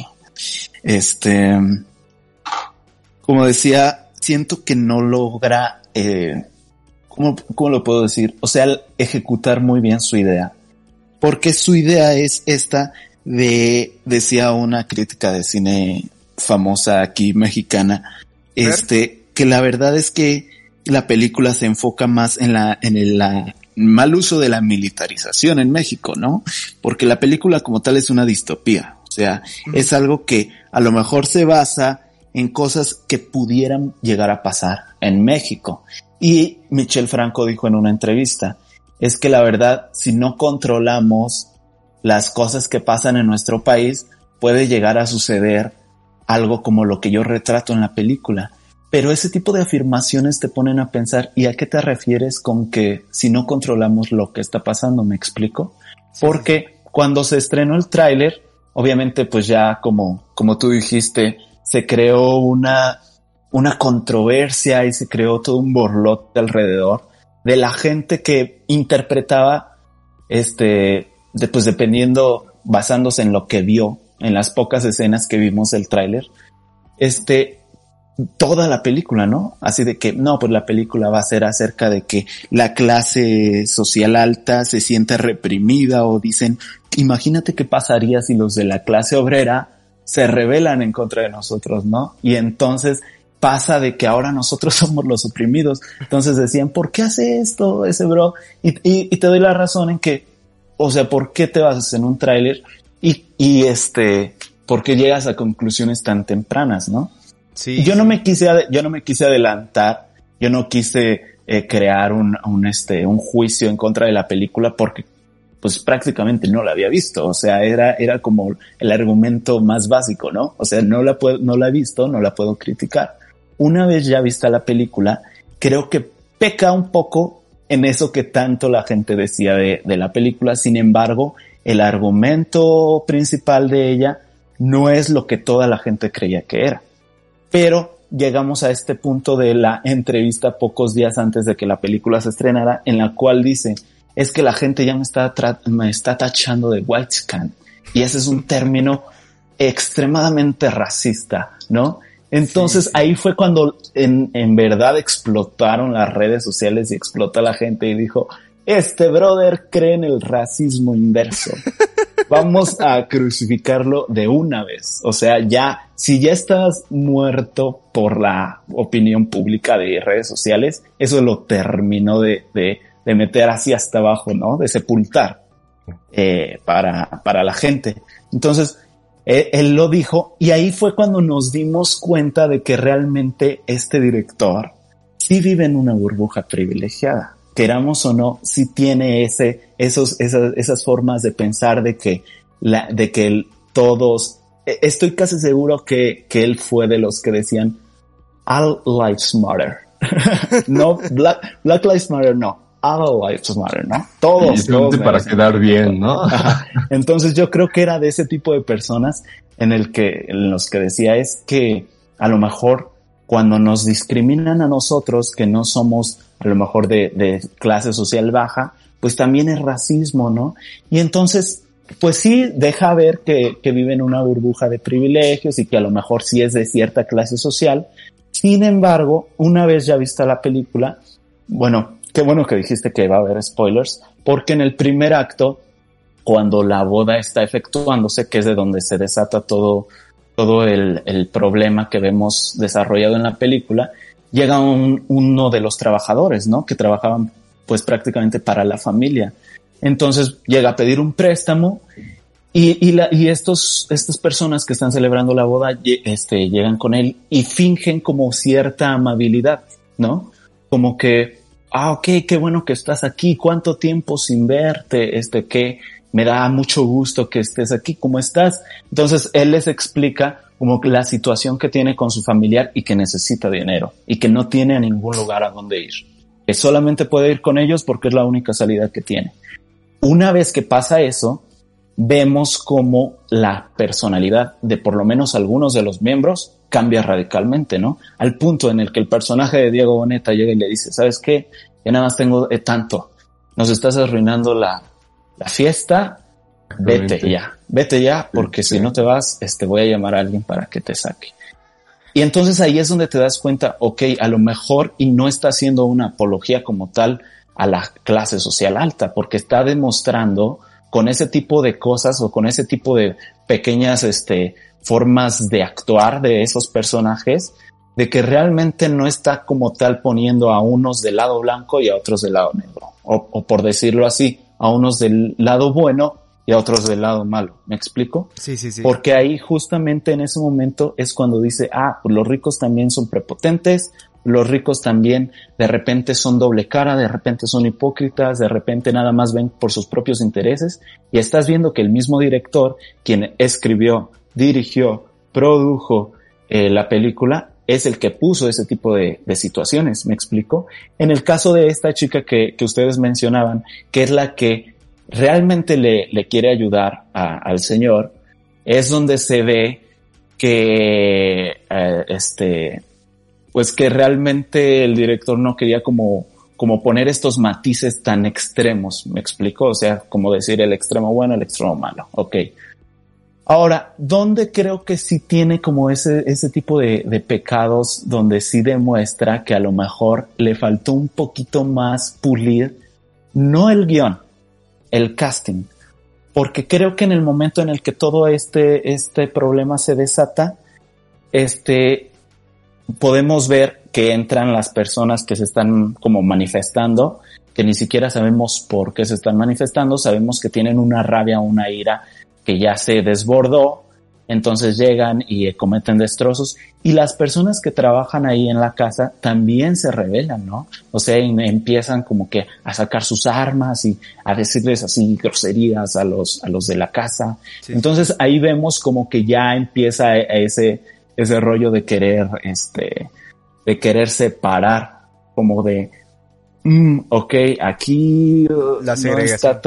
Como decía, siento que no logra ¿cómo lo puedo decir? O sea, ejecutar muy bien su idea. Porque su idea es esta decía una crítica de cine famosa aquí mexicana, que la verdad es que la película se enfoca más en el mal uso de la militarización en México, ¿no? Porque la película como tal es una distopía. O sea, es algo que a lo mejor se basa en cosas que pudieran llegar a pasar en México. Y Michel Franco dijo en una entrevista, es que la verdad, si no controlamos las cosas que pasan en nuestro país, puede llegar a suceder algo como lo que yo retrato en la película. Pero ese tipo de afirmaciones te ponen a pensar, ¿y a qué te refieres con que si no controlamos lo que está pasando? ¿Me explico? Porque cuando se estrenó el tráiler, obviamente pues ya como tú dijiste, se creó una controversia y se creó todo un borlote alrededor de la gente que interpretaba, pues dependiendo, basándose en lo que vio, en las pocas escenas que vimos del tráiler, toda la película, ¿no? Así de que, no, pues la película va a ser acerca de que la clase social alta se siente reprimida, o dicen, imagínate qué pasaría si los de la clase obrera se rebelan en contra de nosotros, ¿no? Y entonces pasa de que ahora nosotros somos los oprimidos. Entonces decían, ¿por qué hace esto ese bro? Y te doy la razón en que, o sea, ¿por qué te basas en un tráiler? ¿Por qué llegas a conclusiones tan tempranas, no? Sí. Yo no me quise adelantar, yo no quise crear un juicio en contra de la película porque pues prácticamente no la había visto. O sea, era como el argumento más básico, ¿no? O sea, no la he visto, no la puedo criticar. Una vez ya vista la película, creo que peca un poco en eso que tanto la gente decía de la película. Sin embargo, el argumento principal de ella no es lo que toda la gente creía que era. Pero llegamos a este punto de la entrevista pocos días antes de que la película se estrenara, en la cual dice, es que la gente ya me está tachando de whitescan. Y ese es un término extremadamente racista, ¿no? Entonces ahí fue cuando en verdad explotaron las redes sociales y explotó la gente y dijo, este brother cree en el racismo inverso. Vamos a crucificarlo de una vez. O sea, si ya estás muerto por la opinión pública de redes sociales, eso lo terminó de meter así hasta abajo, ¿no? De sepultar, para la gente. Entonces, él lo dijo y ahí fue cuando nos dimos cuenta de que realmente este director sí vive en una burbuja privilegiada. Queramos o no, sí tiene esas formas de pensar de que todos, estoy casi seguro que él fue de los que decían All Lives Matter. No, Black Lives Matter, no. All Lives Matter, ¿no? Todos para quedar bien, ¿no? Entonces yo creo que era de ese tipo de personas en los que decía es que a lo mejor cuando nos discriminan a nosotros, que no somos a lo mejor de clase social baja, pues también es racismo, ¿no? Y entonces, pues sí, deja ver que vive en una burbuja de privilegios y que a lo mejor sí es de cierta clase social. Sin embargo, una vez ya vista la película, bueno, qué bueno que dijiste que va a haber spoilers, porque en el primer acto, cuando la boda está efectuándose, que es de donde se desata todo el problema que vemos desarrollado en la película, llega uno de los trabajadores, ¿no? Que trabajaban pues prácticamente para la familia. Entonces llega a pedir un préstamo y estas personas que están celebrando la boda llegan con él y fingen como cierta amabilidad, ¿no? Como que, ok, qué bueno que estás aquí, cuánto tiempo sin verte, que me da mucho gusto que estés aquí, ¿cómo estás? Entonces él les explica como la situación que tiene con su familiar y que necesita dinero y que no tiene a ningún lugar a donde ir. Que solamente puede ir con ellos porque es la única salida que tiene. Una vez que pasa eso, vemos como la personalidad de por lo menos algunos de los miembros cambia radicalmente, ¿no? Al punto en el que el personaje de Diego Boneta llega y le dice, ¿sabes qué? Ya nada más tengo tanto. Nos estás arruinando la fiesta. Vete ya, porque si no te vas, voy a llamar a alguien para que te saque. Y entonces ahí es donde te das cuenta, ok, a lo mejor y no está haciendo una apología como tal a la clase social alta, porque está demostrando con ese tipo de cosas o con ese tipo de pequeñas formas de actuar de esos personajes, de que realmente no está como tal poniendo a unos del lado blanco y a otros del lado negro, o por decirlo así, a unos del lado bueno y a otros del lado malo. ¿Me explico? Sí. Porque ahí justamente en ese momento es cuando dice, pues los ricos también son prepotentes, los ricos también de repente son doble cara, de repente son hipócritas, de repente nada más ven por sus propios intereses, y estás viendo que el mismo director, quien escribió, dirigió, produjo la película, es el que puso ese tipo de situaciones. ¿Me explico? En el caso de esta chica que ustedes mencionaban, que es la que realmente le quiere ayudar al señor, es donde se ve que pues que realmente el director no quería como poner estos matices tan extremos. ¿Me explico? O sea, como decir el extremo bueno, el extremo malo. Okay. Ahora, ¿dónde creo que sí tiene como ese tipo de pecados, donde sí demuestra que a lo mejor le faltó un poquito más pulir, no el guión, el casting? Porque creo que en el momento en el que todo este problema se desata, podemos ver que entran las personas que se están como manifestando, que ni siquiera sabemos por qué se están manifestando, sabemos que tienen una rabia, una ira que ya se desbordó, entonces llegan y cometen destrozos, y las personas que trabajan ahí en la casa también se rebelan, ¿no? O sea, empiezan como que a sacar sus armas y a decirles así groserías a los de la casa. Sí. Entonces ahí vemos como que ya empieza ese rollo de querer, de querer separar, como de, ok, aquí la no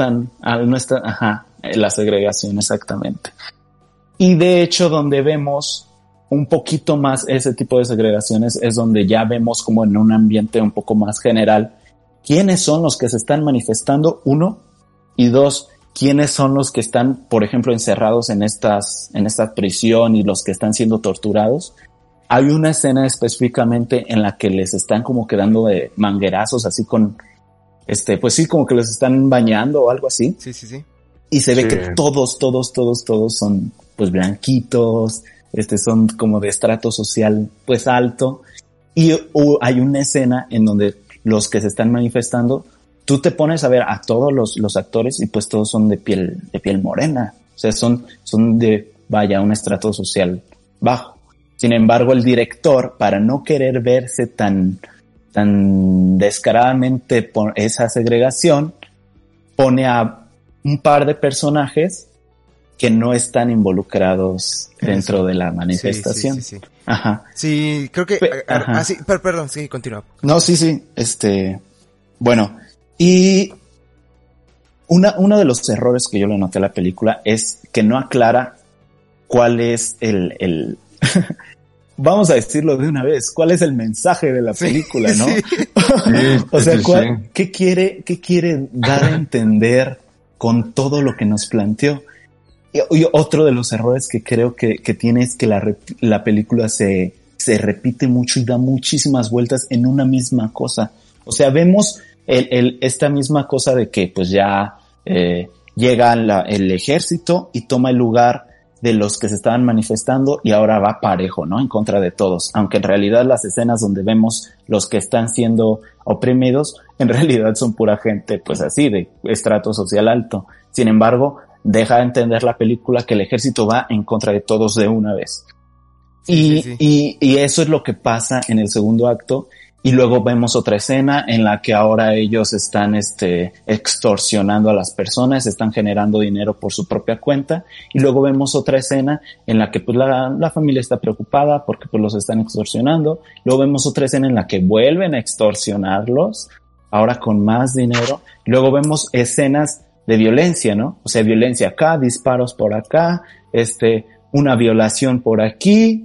está la segregación, exactamente. Y de hecho, donde vemos un poquito más ese tipo de segregaciones es donde ya vemos como en un ambiente un poco más general quiénes son los que se están manifestando, uno, y dos, quiénes son los que están, por ejemplo, encerrados en esta prisión y los que están siendo torturados. Hay una escena específicamente en la que les están como quedando de manguerazos, así con, pues sí, como que los están bañando o algo así. Sí. Y se ve que todos son pues blanquitos, son como de estrato social pues alto. Y hay una escena en donde los que se están manifestando, tú te pones a ver a todos los actores y pues todos son de piel morena. O sea, son de, un estrato social bajo. Sin embargo, el director, para no querer verse tan descaradamente por esa segregación, pone a un par de personajes que no están involucrados dentro de la manifestación. Sí. Ajá. Sí, creo que... sí, perdón, sí, continúa. No, sí. Bueno, y uno de los errores que yo le noté a la película es que no aclara cuál es el vamos a decirlo de una vez, cuál es el mensaje de la película, ¿no? O sea, ¿qué quiere dar a entender con todo lo que nos planteó? Y otro de los errores que creo que tiene es que la película se repite mucho y da muchísimas vueltas en una misma cosa. O sea, vemos esta misma cosa de que pues ya llega el ejército y toma el lugar de los que se estaban manifestando y ahora va parejo, ¿no? En contra de todos. Aunque en realidad las escenas donde vemos los que están siendo oprimidos, en realidad son pura gente, pues así, de estrato social alto. Sin embargo, deja de entender la película que el ejército va en contra de todos de una vez. Y eso es lo que pasa en el segundo acto. Y luego vemos otra escena en la que ahora ellos están extorsionando a las personas, están generando dinero por su propia cuenta. Y luego vemos otra escena en la que pues la familia está preocupada porque pues los están extorsionando. Luego vemos otra escena en la que vuelven a extorsionarlos, ahora con más dinero. Luego vemos escenas de violencia, ¿no? O sea, violencia acá, disparos por acá, una violación por aquí,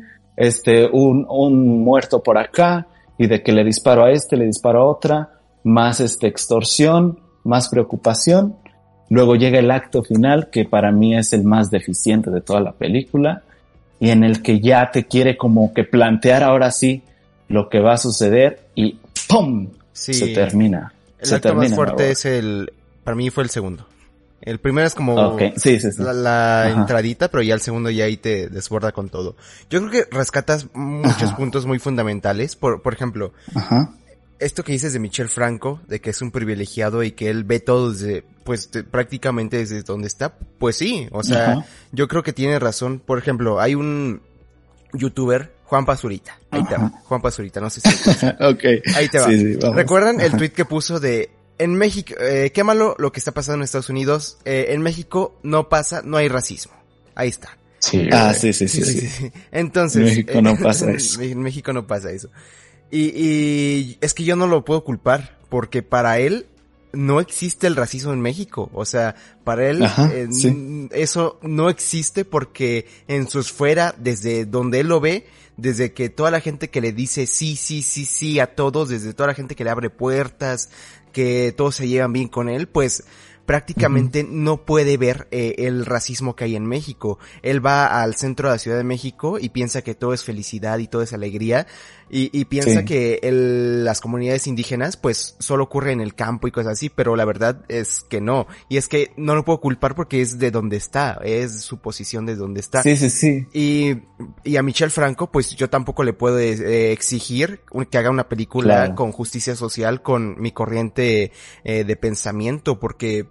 un muerto por acá. Y de que le disparo a le disparo a otra, más extorsión, más preocupación. Luego llega el acto final, que para mí es el más deficiente de toda la película, y en el que ya te quiere como que plantear ahora sí lo que va a suceder y ¡pum! Sí. Se termina. El acto más fuerte es para mí fue el segundo. El primero es como sí. la entradita, pero ya el segundo ya ahí te desborda con todo. Yo creo que rescatas muchos puntos muy fundamentales. Por ejemplo, esto que dices de Michel Franco, de que es un privilegiado y que él ve todo desde, pues prácticamente desde donde está, pues sí, o sea, yo creo que tiene razón. Por ejemplo, hay un youtuber, Juan Pazurita, ahí te va, Juan Pazurita, no sé si ahí te va. Sí, ¿Recuerdan el tweet que puso de en México, qué malo lo que está pasando en Estados Unidos, en México no hay racismo? Ahí está. Sí. Sí. Entonces, en México no pasa eso. En México no pasa eso. Y es que yo no lo puedo culpar, porque para él no existe el racismo en México. O sea, para él eso no existe porque en su esfera, desde donde él lo ve, desde que toda la gente que le dice sí a todos, desde toda la gente que le abre puertas, que todos se llevan bien con él, pues prácticamente no puede ver el racismo que hay en México. Él va al centro de la Ciudad de México y piensa que todo es felicidad y todo es alegría, y piensa que las comunidades indígenas pues solo ocurre en el campo y cosas así, pero la verdad es que no. Y es que no lo puedo culpar porque es de donde está, es su posición de donde está. Sí. Y a Michel Franco pues yo tampoco le puedo exigir que haga una película con justicia social, con mi corriente de pensamiento, porque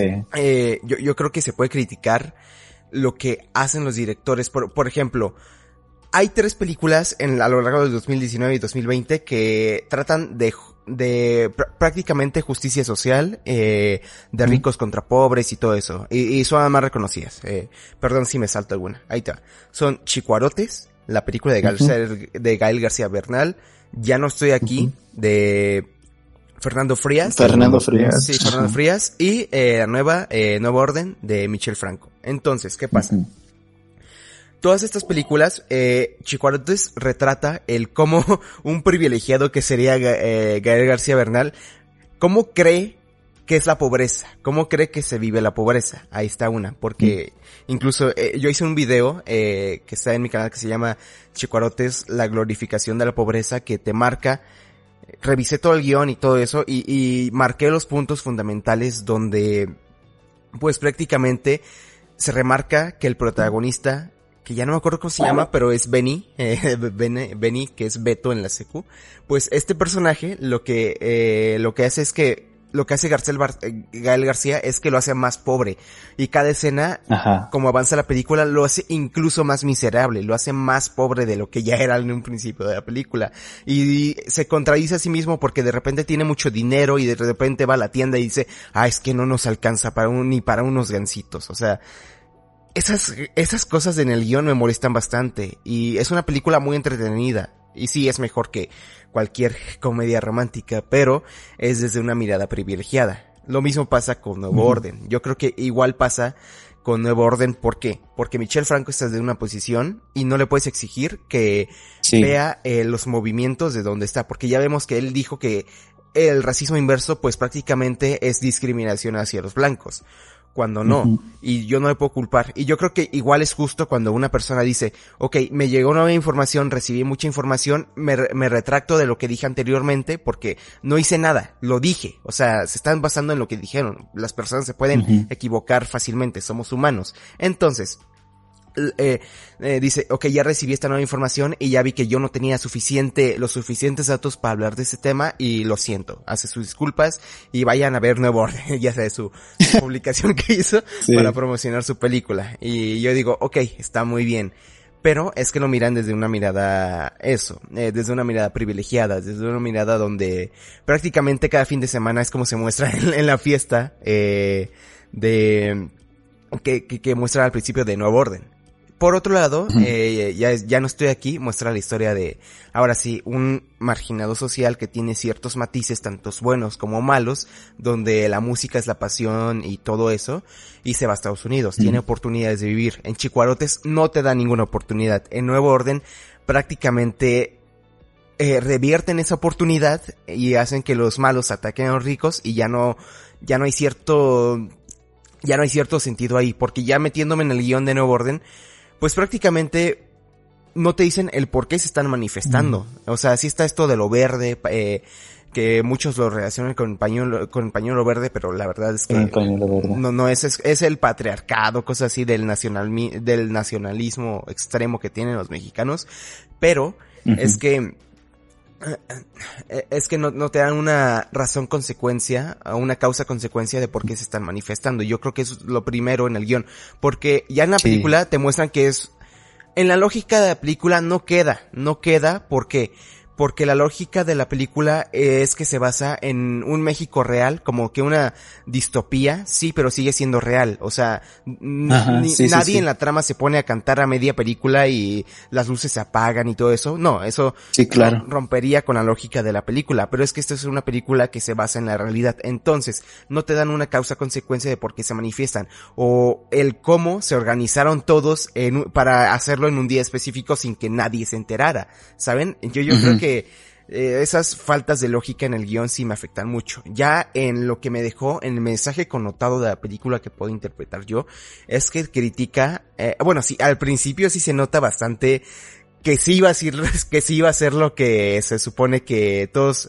yo creo que se puede criticar lo que hacen los directores. Por ejemplo, hay 3 películas a lo largo del 2019 y 2020 que tratan de prácticamente justicia social, de ricos contra pobres y todo eso. Y son más reconocidas. Perdón si me salto alguna. Ahí está. Son Chicuarotes, la película de Gael García Bernal, Ya no estoy aquí, de Fernando Frías. Sí, Fernando Frías. Y la Nueva Orden de Michel Franco. Entonces, ¿qué pasa? Todas estas películas, Chicuarotes retrata el cómo un privilegiado que sería Gael García Bernal, cómo cree que es la pobreza, cómo cree que se vive la pobreza. Ahí está una, porque incluso yo hice un video que está en mi canal que se llama Chicuarotes, la glorificación de la pobreza, que te marca. Revisé todo el guión y todo eso y marqué los puntos fundamentales donde pues prácticamente se remarca que el protagonista, que ya no me acuerdo cómo se llama, pero es Benny, Benny, que es Beto en la secu, pues este personaje lo que hace Gael García es que lo hace más pobre, y cada escena, como avanza la película, lo hace incluso más miserable, lo hace más pobre de lo que ya era en un principio de la película, y se contradice a sí mismo porque de repente tiene mucho dinero y de repente va a la tienda y dice, es que no nos alcanza ni para unos gancitos. O sea, esas cosas en el guión me molestan bastante, y es una película muy entretenida, y sí es mejor que cualquier comedia romántica, pero es desde una mirada privilegiada. Lo mismo pasa con Nuevo Orden. Yo creo que igual pasa con Nuevo Orden. ¿Por qué? Porque Michel Franco está desde una posición y no le puedes exigir que vea los movimientos de donde está, porque ya vemos que él dijo que el racismo inverso pues prácticamente es discriminación hacia los blancos, cuando no, y yo no le puedo culpar. Y yo creo que igual es justo cuando una persona dice, me llegó nueva información, recibí mucha información, me retracto de lo que dije anteriormente porque no hice nada, lo dije. O sea, se están basando en lo que dijeron. Las personas se pueden equivocar fácilmente, somos humanos. Entonces, dice, ya recibí esta nueva información y ya vi que yo no tenía los suficientes datos para hablar de ese tema, y lo siento, hace sus disculpas y vayan a ver Nuevo Orden, ya sea su publicación que hizo para promocionar su película. Y yo digo, está muy bien, pero es que lo miran desde una mirada desde una mirada privilegiada, desde una mirada donde prácticamente cada fin de semana es como se muestra en la fiesta que muestra al principio de Nuevo Orden. Por otro lado, ya no estoy aquí, muestra la historia de, ahora sí, un marginado social que tiene ciertos matices, tantos buenos como malos, donde la música es la pasión y todo eso, y se va a Estados Unidos, tiene oportunidades de vivir. En Chicuarotes no te da ninguna oportunidad. En Nuevo Orden prácticamente revierten esa oportunidad y hacen que los malos ataquen a los ricos, y ya no hay cierto sentido ahí, porque ya metiéndome en el guión de Nuevo Orden, pues prácticamente no te dicen el por qué se están manifestando. O sea, sí está esto de lo verde, que muchos lo relacionan con el pañuelo verde, pero la verdad es que no es el patriarcado, cosas así del nacionalismo extremo que tienen los mexicanos, pero es que no te dan una razón-consecuencia, una causa-consecuencia de por qué se están manifestando. Yo creo que eso es lo primero en el guión, porque ya en la película te muestran que en la lógica de la película no queda, porque la lógica de la película es que se basa en un México real, como que una distopía, sí, pero sigue siendo real. O sea, nadie en la trama se pone a cantar a media película y las luces se apagan y todo eso. No, eso rompería con la lógica de la película. Pero es que esto es una película que se basa en la realidad. Entonces, no te dan una causa-consecuencia de por qué se manifiestan. O el cómo se organizaron todos para hacerlo en un día específico sin que nadie se enterara. ¿Saben? Yo creo que esas faltas de lógica en el guión sí me afectan mucho. Ya en lo que me dejó, en el mensaje connotado de la película que puedo interpretar yo, es que critica, bueno, sí, al principio sí se nota bastante que sí iba a ser lo que se supone que todos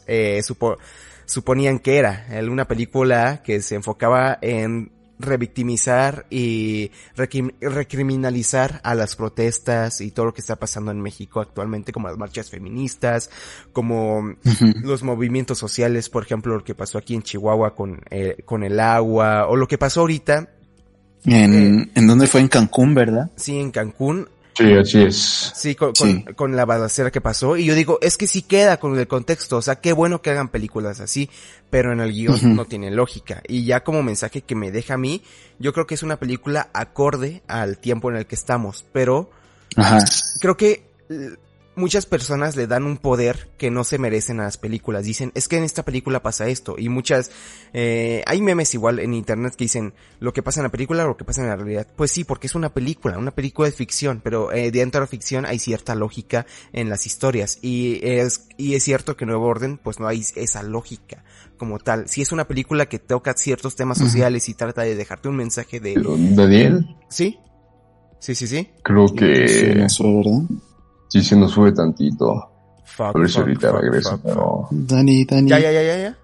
suponían que era. Una película que se enfocaba en revictimizar y recriminalizar a las protestas y todo lo que está pasando en México actualmente, como las marchas feministas, como los movimientos sociales, por ejemplo, lo que pasó aquí en Chihuahua con el agua, o lo que pasó ahorita. ¿En dónde fue? En Cancún, ¿verdad? Sí, en Cancún. Sí, así es. Sí, con la balacera que pasó. Y yo digo, es que sí queda con el contexto. O sea, qué bueno que hagan películas así, pero en el guión no tiene lógica. Y ya como mensaje que me deja a mí, yo creo que es una película acorde al tiempo en el que estamos. Pero creo que muchas personas le dan un poder que no se merecen a las películas. Dicen, es que en esta película pasa esto. Y hay memes igual en internet que dicen, lo que pasa en la película o lo que pasa en la realidad. Pues sí, porque es una película de ficción, pero dentro de la ficción hay cierta lógica en las historias. Y es cierto que en Nuevo Orden, pues no hay esa lógica como tal. Si es una película que toca ciertos temas sociales y trata de dejarte un mensaje de... ¿Pero Daniel? ¿Sí? Sí. Creo que... ¿verdad? Sí, se nos sube tantito. A ver si ahorita regresa, pero... Dani. Ya.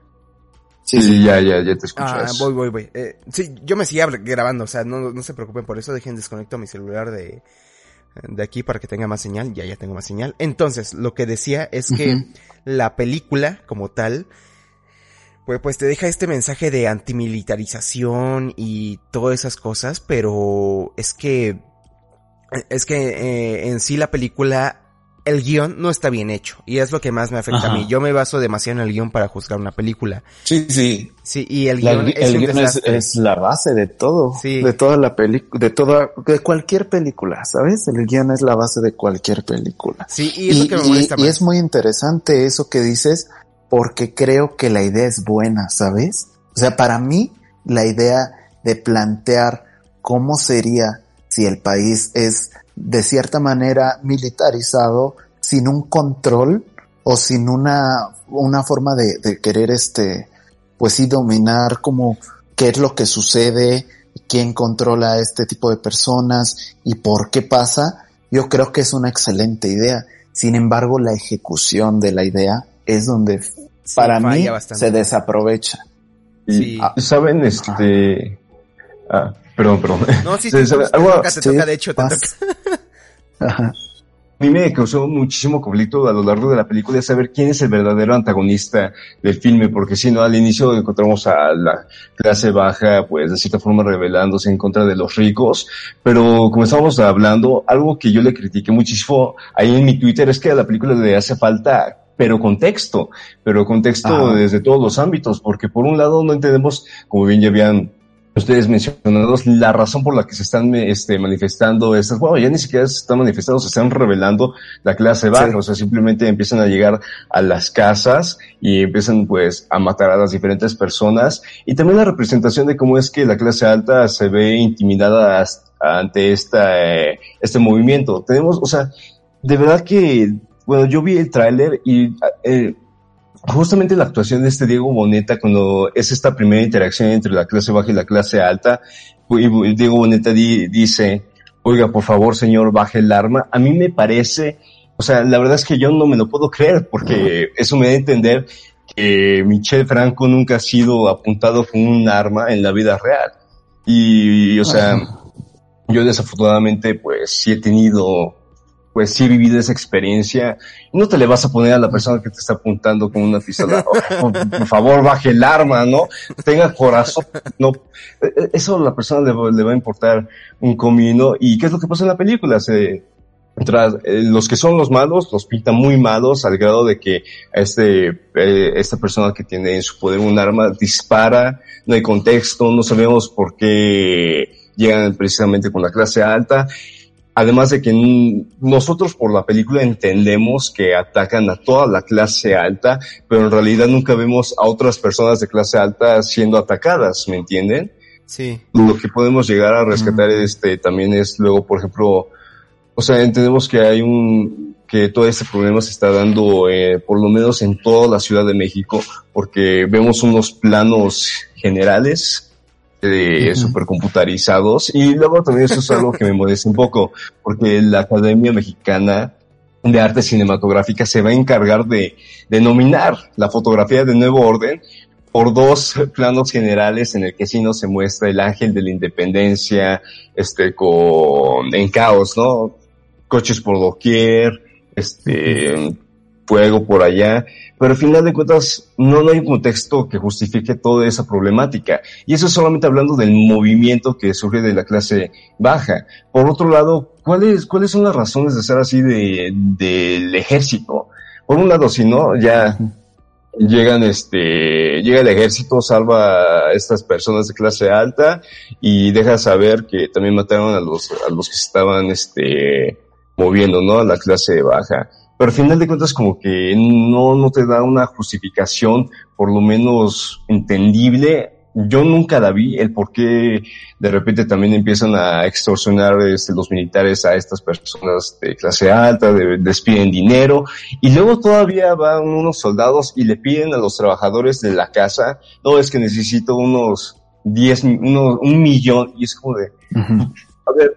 Sí, ya te escuchas. Voy. Sí, yo me seguía grabando, o sea, no se preocupen por eso, dejen desconecto mi celular de aquí para que tenga más señal, ya tengo más señal. Entonces, lo que decía es que la película, como tal, pues te deja este mensaje de antimilitarización y todas esas cosas, pero es que en sí la película, el guión no está bien hecho, y es lo que más me afecta a mí. Yo me baso demasiado en el guión para juzgar una película. Sí. Sí, y el guión es la base de todo, de toda la película, de cualquier película, ¿sabes? El guión es la base de cualquier película. Sí, y es lo que me molesta más. Y es muy interesante eso que dices, porque creo que la idea es buena, ¿sabes? O sea, para mí, la idea de plantear cómo sería si el país es de cierta manera militarizado, sin un control o sin una forma de querer pues sí dominar como qué es lo que sucede, quién controla a este tipo de personas y por qué pasa, yo creo que es una excelente idea. Sin embargo, la ejecución de la idea es donde para mí bastante. Se desaprovecha. Y saben, perdón. No, sí, te toca, de hecho, te toca. Ajá. A mí me causó muchísimo conflicto a lo largo de la película saber quién es el verdadero antagonista del filme, porque si no, al inicio encontramos a la clase baja, pues de cierta forma rebelándose en contra de los ricos, pero como estábamos hablando, algo que yo le critiqué muchísimo ahí en mi Twitter es que a la película le hace falta pero contexto desde todos los ámbitos, porque por un lado no entendemos, como bien ya habían ustedes mencionados, la razón por la que se están manifestando estas, bueno, ya ni siquiera se están manifestando, se están rebelando la clase baja, o sea, simplemente empiezan a llegar a las casas y empiezan pues a matar a las diferentes personas, y también la representación de cómo es que la clase alta se ve intimidada ante este movimiento. Tenemos, o sea, de verdad que, bueno, yo vi el tráiler y justamente la actuación de Diego Boneta cuando es esta primera interacción entre la clase baja y la clase alta, y Diego Boneta dice, oiga, por favor, señor, baje el arma. A mí me parece, o sea, la verdad es que yo no me lo puedo creer, porque eso me da a entender que Michel Franco nunca ha sido apuntado con un arma en la vida real. Y o sea, yo desafortunadamente, pues, sí he vivido esa experiencia. No te le vas a poner a la persona que te está apuntando con una pistola. Por favor, baje el arma, ¿no? Tenga corazón. No, eso a la persona le va a importar un comino. ¿Y qué es lo que pasa en la película? Los que son los malos los pintan muy malos al grado de que esta persona que tiene en su poder un arma dispara, no hay contexto, no sabemos por qué llegan precisamente con la clase alta. Además de que nosotros por la película entendemos que atacan a toda la clase alta, pero en realidad nunca vemos a otras personas de clase alta siendo atacadas, ¿me entienden? Sí. Lo que podemos llegar a rescatar también es luego, por ejemplo, o sea, entendemos que que todo este problema se está dando, por lo menos en toda la Ciudad de México, porque vemos unos planos generales supercomputarizados, y luego también eso es algo que me molesta un poco, porque la Academia Mexicana de Arte Cinematográfica se va a encargar de nominar la fotografía de Nuevo Orden por 2 planos generales en el que sí nos se muestra el Ángel de la Independencia, en caos, ¿no? Coches por doquier, fuego por allá, pero al final de cuentas no hay un contexto que justifique toda esa problemática, y eso es solamente hablando del movimiento que surge de la clase baja. Por otro lado, ¿cuáles son las razones de ser así del ejército? Por un lado, si no, ya llega el ejército, salva a estas personas de clase alta y deja saber que también mataron a los que se estaban moviendo, ¿no? A la clase baja. Pero al final de cuentas como que no te da una justificación por lo menos entendible. Yo nunca la vi, el por qué de repente también empiezan a extorsionar los militares a estas personas de clase alta, despiden dinero, y luego todavía van unos soldados y le piden a los trabajadores de la casa, no, es que necesito un millón, y es como de, a ver,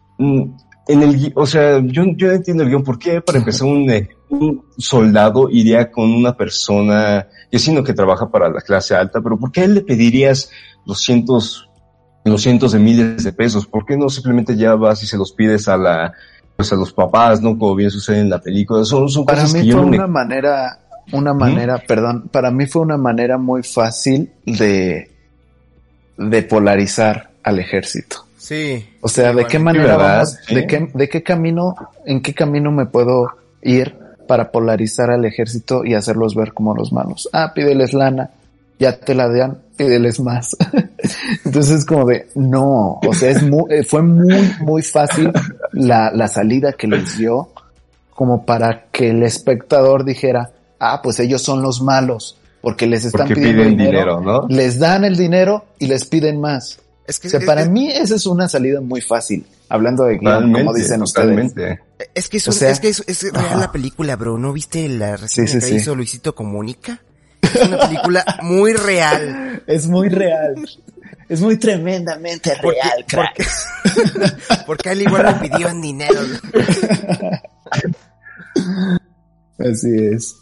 o sea, yo no entiendo el guión. ¿Por qué para empezar un soldado iría con una persona que sino que trabaja para la clase alta? Pero ¿por qué a él le pedirías los cientos de miles de pesos? ¿Por qué no simplemente ya vas y se los pides a los papás, ¿no? Como bien sucede en la película. Son para cosas mí que yo fue no una manera, perdón, para mí fue una manera muy fácil de polarizar al ejército. Sí. O sea, ¿de qué manera vamos? ¿Sí? ¿De qué camino, en qué camino me puedo ir para polarizar al ejército y hacerlos ver como los malos? Pídeles lana, ya te la dan, pídeles más. Entonces como de, no, o sea, fue muy, muy fácil la salida que les dio, como para que el espectador dijera, pues ellos son los malos, porque les están pidiendo dinero, ¿no? Les dan el dinero y les piden más. Para mí esa es una salida muy fácil, hablando de guión, como dicen ustedes. Es que es real la película, bro. ¿No viste la reseña que hizo Luisito Comunica? Es una película muy real. Es muy real. Es muy tremendamente real, crack. Porque a él igual le pidieron dinero. Así es.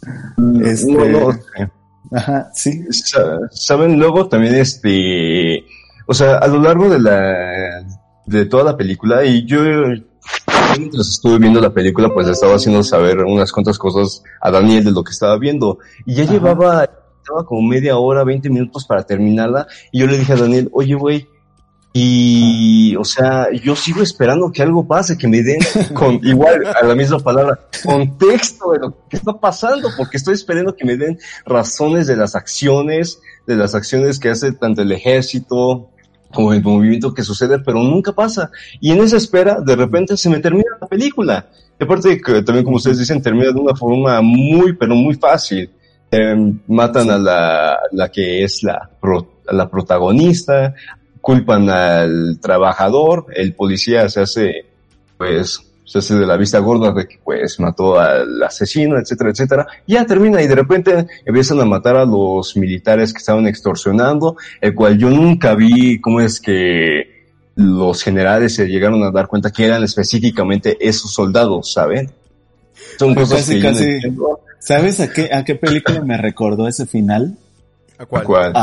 Ajá, sí. ¿Saben? Luego también o sea, a lo largo de toda la película, y yo mientras estuve viendo la película, pues estaba haciendo saber unas cuantas cosas a Daniel de lo que estaba viendo, y ya llevaba como media hora, 20 minutos para terminarla, y yo le dije a Daniel, oye, güey, o sea, yo sigo esperando que algo pase, que me den igual a la misma palabra, contexto de lo que está pasando, porque estoy esperando que me den razones de las acciones que hace tanto el ejército como el movimiento que sucede, pero nunca pasa. Y en esa espera, de repente se me termina la película. Y aparte que también, como ustedes dicen, termina de una forma muy, pero muy fácil. Matan a la que es la protagonista, culpan al trabajador, el policía se hace de la vista gorda de que pues mató al asesino, etcétera, etcétera. Ya termina y de repente empiezan a matar a los militares que estaban extorsionando, el cual yo nunca vi cómo es que los generales se llegaron a dar cuenta que eran específicamente esos soldados, ¿saben? Son Pues cosas que yo no casi. entiendo. ¿Sabes a qué película me recordó ese final? ¿A cuál? ¿Cuál?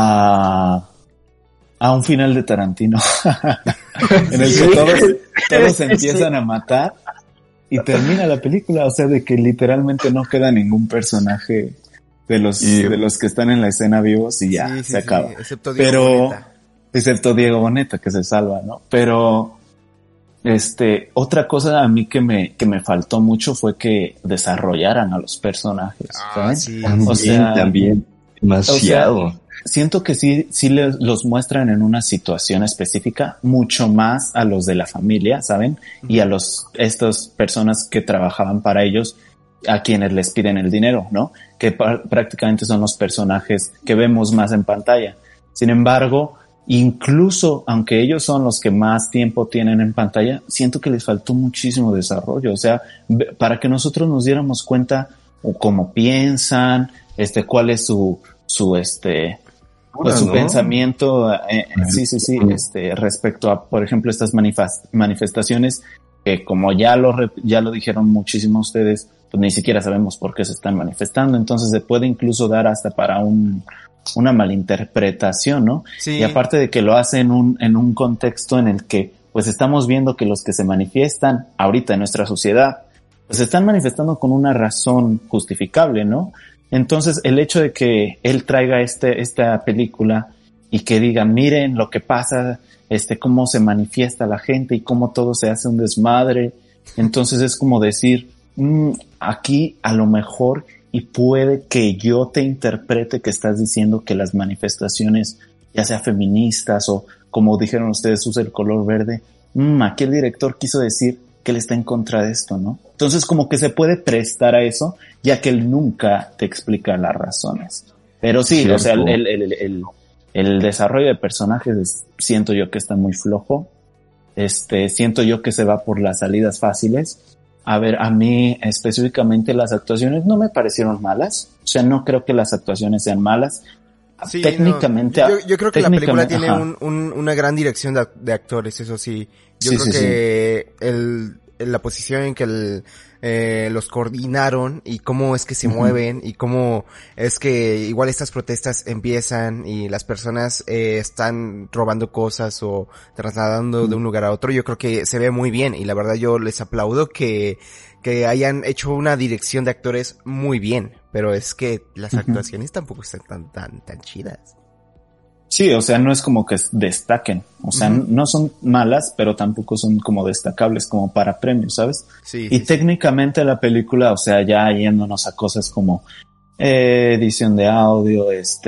A un final de Tarantino. En el que todos se empiezan a matar y termina la película. O sea, de que literalmente no queda ningún personaje de los que están en la escena vivos y ya se acaba. Excepto Diego Boneta. Excepto Diego Boneta, que se salva, ¿no? Pero otra cosa a mí que me faltó mucho fue que desarrollaran a los personajes, ¿sabes? Sí. También, demasiado. O sea, siento que sí los muestran en una situación específica, mucho más a los de la familia, ¿saben? Y a estas personas que trabajaban para ellos, a quienes les piden el dinero, ¿no? Que prácticamente son los personajes que vemos más en pantalla. Sin embargo, incluso aunque ellos son los que más tiempo tienen en pantalla, siento que les faltó muchísimo desarrollo. O sea, para que nosotros nos diéramos cuenta o cómo piensan, cuál es su pensamiento, respecto a, por ejemplo, estas manifestaciones que, como ya lo dijeron muchísimo ustedes, pues ni siquiera sabemos por qué se están manifestando. Entonces se puede incluso dar hasta para una malinterpretación, ¿no? Sí. Y aparte de que lo hace en un contexto en el que pues estamos viendo que los que se manifiestan ahorita en nuestra sociedad pues se están manifestando con una razón justificable, ¿no? Entonces el hecho de que él traiga esta película y que diga, miren lo que pasa, cómo se manifiesta la gente y cómo todo se hace un desmadre, entonces es como decir, aquí a lo mejor y puede que yo te interprete que estás diciendo que las manifestaciones, ya sea feministas o como dijeron ustedes, usa el color verde, aquí el director quiso decir que él está en contra de esto, ¿no? Entonces como que se puede prestar a eso, ya que él nunca te explica las razones. Pero sí, cierto. O sea, el desarrollo de personajes siento yo que está muy flojo. Siento yo que se va por las salidas fáciles. A ver, a mí específicamente las actuaciones no me parecieron malas. O sea, no creo que las actuaciones sean malas. Sí, técnicamente. No. Yo creo que la película tiene una gran dirección de actores, eso sí. Yo creo que la posición en que los coordinaron y cómo es que se mueven y cómo es que igual estas protestas empiezan y las personas están robando cosas o trasladando de un lugar a otro, yo creo que se ve muy bien y la verdad yo les aplaudo que hayan hecho una dirección de actores muy bien, pero es que las actuaciones tampoco están tan chidas. Sí, o sea, no es como que destaquen, o sea, no son malas, pero tampoco son como destacables como para premios, ¿sabes? Sí. Y técnicamente la película, o sea, ya yéndonos a cosas como edición de audio,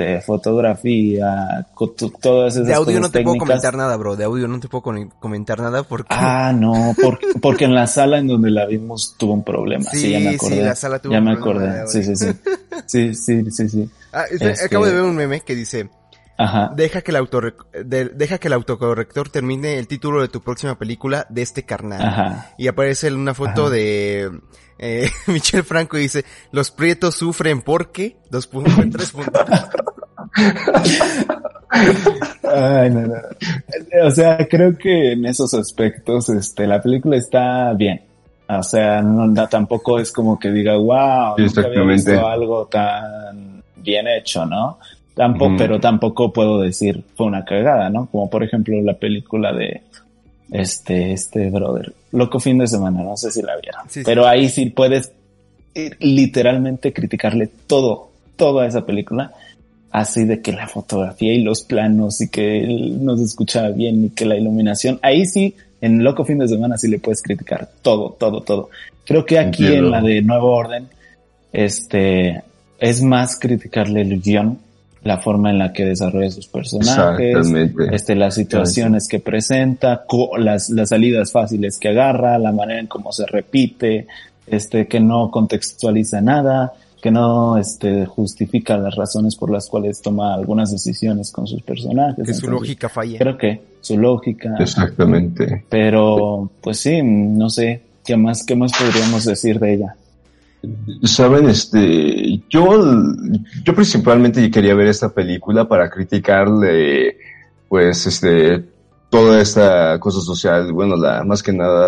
fotografía, todas esas cosas. De audio no te técnicas. puedo comentar nada, bro, de audio no te puedo comentar nada porque... no, porque en la sala en donde la vimos tuvo un problema, sí, ya me acordé. Sí, la sala tuvo un problema. Sí. Acabo de ver un meme que dice... Ajá. Deja que el autocorrector termine el título de tu próxima película de este carnal. Ajá. Y aparece una foto de Michel Franco y dice, los prietos sufren porque... 3 puntos. Ay, no. O sea, creo que en esos aspectos, la película está bien. O sea, tampoco es como que diga, wow, nunca había visto algo tan bien hecho, ¿no? Tampoco, pero tampoco puedo decir fue una cagada, ¿no? Como por ejemplo la película de brother, Loco Fin de Semana, no sé si la vieron. Sí, pero ahí sí puedes literalmente criticarle toda esa película, así de que la fotografía y los planos y que no se escuchaba bien y que la iluminación, ahí sí, en Loco Fin de Semana sí le puedes criticar todo. Creo que aquí en la de Nuevo Orden, es más criticarle el guión, la forma en la que desarrolla sus personajes, las situaciones que presenta, las salidas fáciles que agarra, la manera en cómo se repite, que no contextualiza nada, que no justifica las razones por las cuales toma algunas decisiones con sus personajes. Que su lógica falla. Creo que su lógica. Exactamente. Pero, pues sí, no sé, ¿qué más podríamos decir de ella? Saben, yo principalmente quería ver esta película para criticarle, pues, toda esta cosa social, bueno, más que nada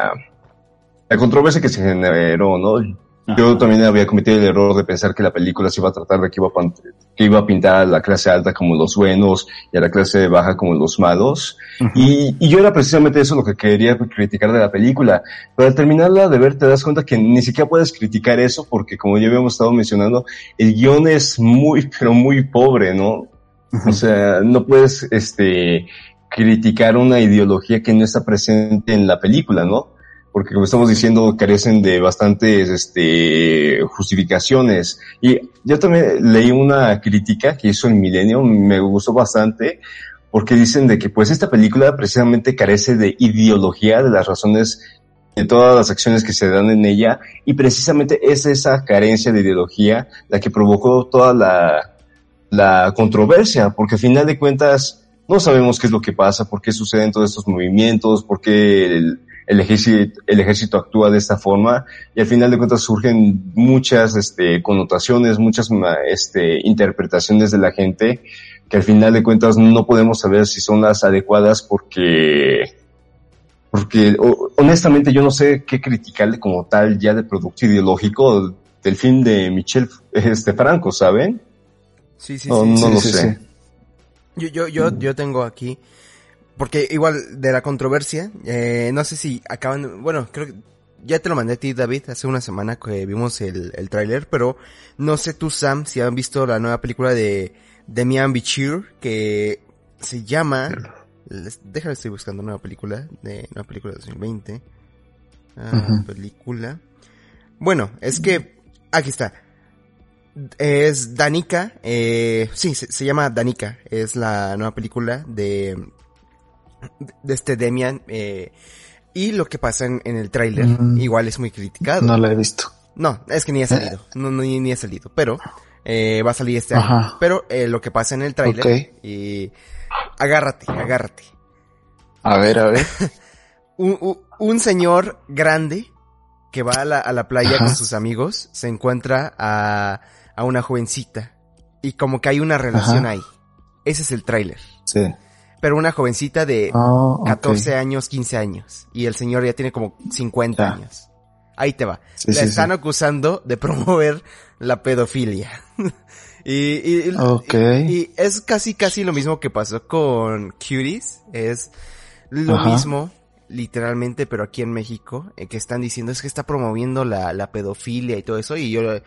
la controversia que se generó, ¿no? Ajá. Yo también había cometido el error de pensar que la película se iba a tratar de que iba a pintar a la clase alta como los buenos y a la clase baja como los malos. Ujú. Y yo era precisamente eso lo que quería criticar de la película. Pero al terminarla de ver te das cuenta que ni siquiera puedes criticar eso porque, como ya habíamos estado mencionando, el guión es muy, pero muy pobre, ¿no? O sea, no puedes, criticar una ideología que no está presente en la película, ¿no? Porque como estamos diciendo, carecen de bastantes, justificaciones. Y yo también leí una crítica que hizo el Milenio, me gustó bastante, porque dicen de que pues esta película precisamente carece de ideología, de las razones de todas las acciones que se dan en ella, y precisamente es esa carencia de ideología la que provocó toda la controversia, porque al final de cuentas no sabemos qué es lo que pasa, por qué suceden todos estos movimientos, por qué el ejército actúa de esta forma, y al final de cuentas surgen muchas connotaciones, muchas interpretaciones de la gente, que al final de cuentas no podemos saber si son las adecuadas porque honestamente yo no sé qué criticarle como tal ya de producto ideológico del film de Michel Franco, ¿saben? Sí, sí, No, sí. no lo sí, sé. Yo tengo aquí, porque igual de la controversia, no sé si acaban, bueno, creo que ya te lo mandé a ti, David, hace una semana que vimos el tráiler, pero no sé tú, Sam, si han visto la nueva película de Demian Bichir, que se llama, déjame, estoy buscando nueva película de 2020, película, bueno, es que, aquí está. Es Danica, sí, se llama Danica, es la nueva película de Demian, y lo que pasa en el tráiler, igual es muy criticado. No la he visto. No, es que ni ha salido, ni ha salido, pero, va a salir este año. Ajá. Pero, lo que pasa en el tráiler, Ok. y agárrate. A ver. Un señor grande que va a la playa Ajá. con sus amigos, se encuentra a una jovencita y como que hay una relación Ajá. ahí. Ese es el tráiler. Sí. Pero una jovencita de Oh, 14 ok. años, 15 años. Y el señor ya tiene como 50 Ya. años. Ahí te va. Sí, La sí, están sí. acusando de promover la pedofilia. Ok. y es casi lo mismo que pasó con Cuties. Es lo Ajá. mismo, literalmente, pero aquí en México, que están diciendo es que está promoviendo la pedofilia y todo eso.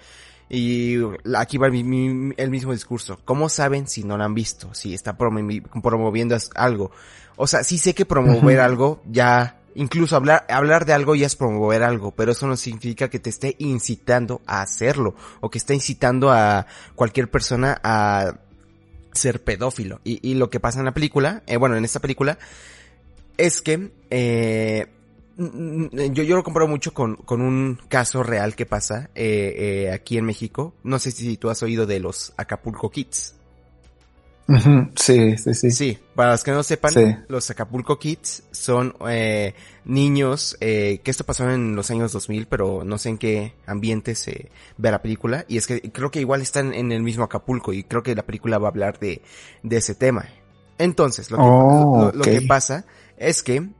Y aquí va el mismo discurso. ¿Cómo saben si no lo han visto? Si está promoviendo algo. O sea, sí sé que promover algo ya, incluso hablar de algo ya es promover algo, pero eso no significa que te esté incitando a hacerlo, o que esté incitando a cualquier persona a ser pedófilo. Y lo que pasa en la película, en esta película, es que, yo lo comparo mucho con un caso real que pasa aquí en México. No sé si tú has oído de los Acapulco Kids. Ujú. Sí. Sí, para los que no sepan, Sí. los Acapulco Kids son niños, que esto pasó en los años 2000, pero no sé en qué ambiente se ve la película. Y es que creo que igual están en el mismo Acapulco y creo que la película va a hablar de ese tema. Entonces, lo que pasa es que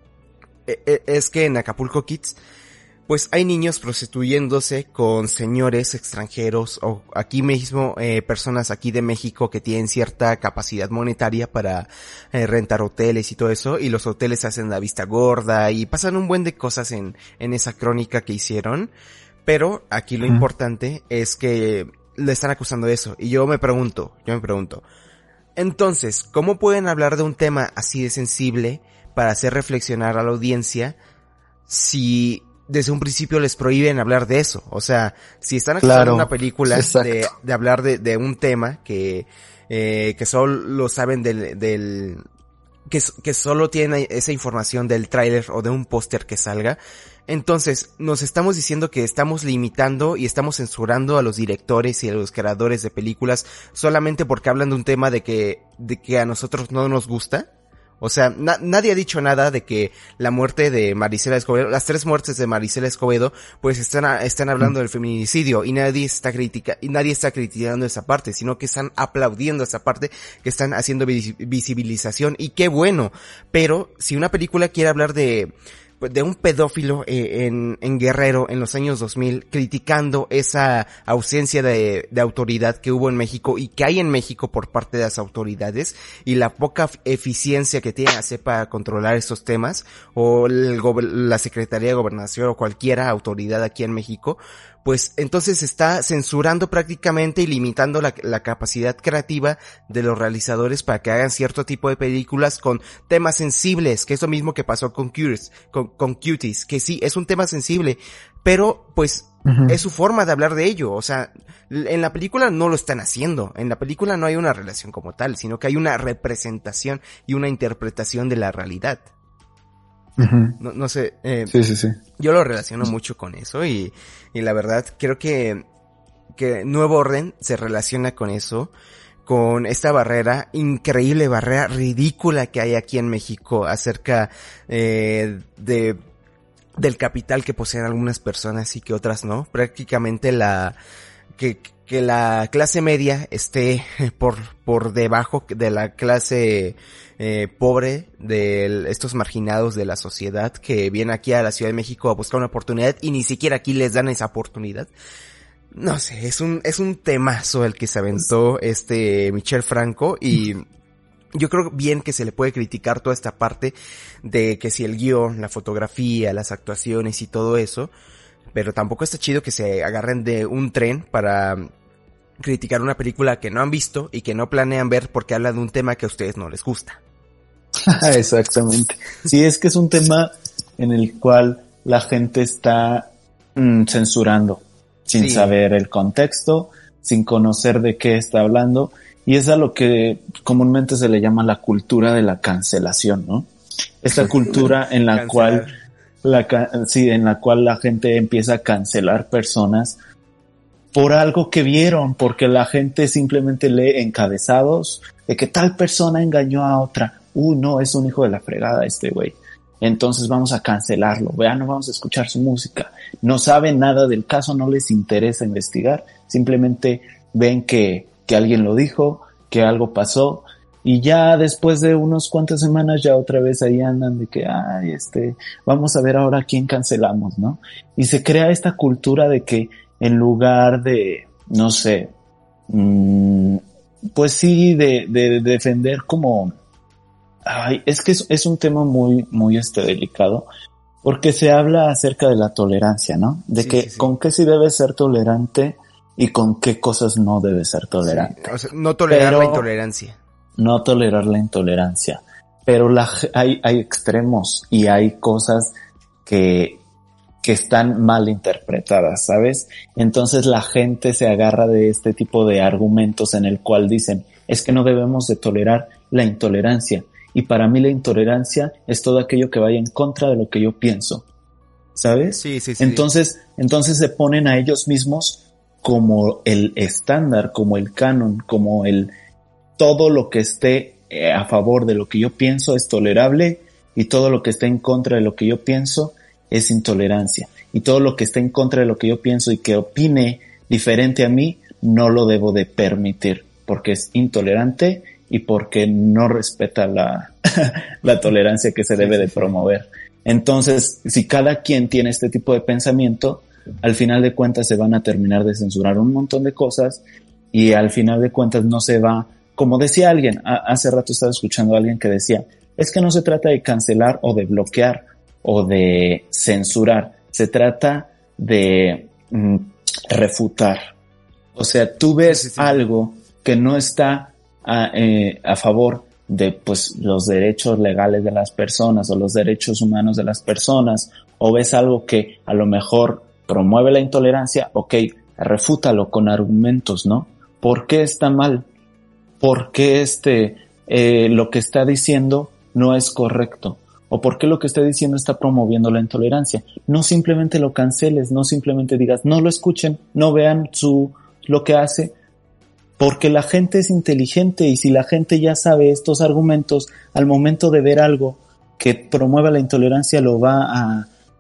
en Acapulco Kids, pues hay niños prostituyéndose con señores extranjeros o aquí mismo personas aquí de México que tienen cierta capacidad monetaria para rentar hoteles y todo eso, y los hoteles hacen la vista gorda y pasan un buen de cosas en esa crónica que hicieron, pero aquí lo importante es que le están acusando de eso, y yo me pregunto, entonces, ¿cómo pueden hablar de un tema así de sensible para hacer reflexionar a la audiencia si desde un principio les prohíben hablar de eso? O sea, si están acusando una película de hablar de un tema que solo lo saben que solo tienen esa información del tráiler o de un póster que salga, entonces nos estamos diciendo que estamos limitando y estamos censurando a los directores y a los creadores de películas solamente porque hablan de un tema de que a nosotros no nos gusta. O sea, nadie ha dicho nada de que la muerte de Marisela Escobedo, las 3 muertes de Marisela Escobedo, pues están hablando del feminicidio y nadie está criticando esa parte, sino que están aplaudiendo esa parte, que están haciendo visibilización, y qué bueno. Pero si una película quiere hablar de un pedófilo en Guerrero en los años 2000, criticando esa ausencia de autoridad que hubo en México y que hay en México por parte de las autoridades, y la poca eficiencia que tiene la para controlar estos temas, o la Secretaría de Gobernación o cualquier autoridad aquí en México, pues entonces está censurando prácticamente y limitando la capacidad creativa de los realizadores para que hagan cierto tipo de películas con temas sensibles, que es lo mismo que pasó con Cuties, que sí, es un tema sensible, pero pues es su forma de hablar de ello. O sea, en la película no lo están haciendo, en la película no hay una relación como tal, sino que hay una representación y una interpretación de la realidad. No sé, sí. Yo lo relaciono mucho con eso y la verdad creo que Nuevo Orden se relaciona con eso, con esta increíble barrera ridícula que hay aquí en México acerca del capital que poseen algunas personas y que otras no. Prácticamente que la clase media esté por debajo de la clase pobre, de estos marginados de la sociedad que vienen aquí a la Ciudad de México a buscar una oportunidad y ni siquiera aquí les dan esa oportunidad. No sé, es un temazo el que se aventó Michel Franco, y yo creo bien que se le puede criticar toda esta parte de que si el guión, la fotografía, las actuaciones y todo eso, pero tampoco está chido que se agarren de un tren para criticar una película que no han visto y que no planean ver porque habla de un tema que a ustedes no les gusta. Exactamente. Sí, es que es un tema en el cual la gente está censurando sin saber el contexto, sin conocer de qué está hablando, y es a lo que comúnmente se le llama la cultura de la cancelación, ¿no? Esta cultura en la cual en la cual la gente empieza a cancelar personas por algo que vieron, porque la gente simplemente lee encabezados de que tal persona engañó a otra. No, es un hijo de la fregada este güey. Entonces vamos a cancelarlo. Vean, no vamos a escuchar su música. No saben nada del caso, no les interesa investigar. Simplemente ven que alguien lo dijo, que algo pasó. Y ya después de unos cuantas semanas ya otra vez ahí andan de que, vamos a ver ahora a quién cancelamos, ¿no? Y se crea esta cultura de que en lugar de, no sé, pues sí, de defender como, es que es un tema muy, muy delicado, porque se habla acerca de la tolerancia, ¿no? De con qué sí debe ser tolerante y con qué cosas no debe ser tolerante. Sí, o sea, no tolerar la intolerancia. No tolerar la intolerancia. Pero hay extremos y hay cosas que están mal interpretadas, ¿sabes? Entonces la gente se agarra de este tipo de argumentos en el cual dicen, es que no debemos de tolerar la intolerancia. Y para mí la intolerancia es todo aquello que vaya en contra de lo que yo pienso, ¿sabes? Sí. Entonces se ponen a ellos mismos como el estándar, como el canon, como todo lo que esté a favor de lo que yo pienso es tolerable y todo lo que esté en contra de lo que yo pienso es intolerancia. Y todo lo que esté en contra de lo que yo pienso y que opine diferente a mí, no lo debo de permitir, porque es intolerante y porque no respeta la tolerancia que se debe de promover. Entonces, si cada quien tiene este tipo de pensamiento, al final de cuentas se van a terminar de censurar un montón de cosas y al final de cuentas no se va, como decía alguien, hace rato estaba escuchando a alguien que decía, es que no se trata de cancelar o de bloquear o de censurar, se trata de refutar. O sea, tú ves algo que no está a favor de pues los derechos legales de las personas o los derechos humanos de las personas, o ves algo que a lo mejor promueve la intolerancia, refútalo con argumentos, ¿no? ¿Por qué está mal? ¿Por qué lo que está diciendo no es correcto? ¿O por qué lo que está diciendo está promoviendo la intolerancia? No simplemente lo canceles, no simplemente digas, no lo escuchen, no vean lo que hace. porque la gente es inteligente y si la gente ya sabe estos argumentos, al momento de ver algo que promueva la intolerancia lo va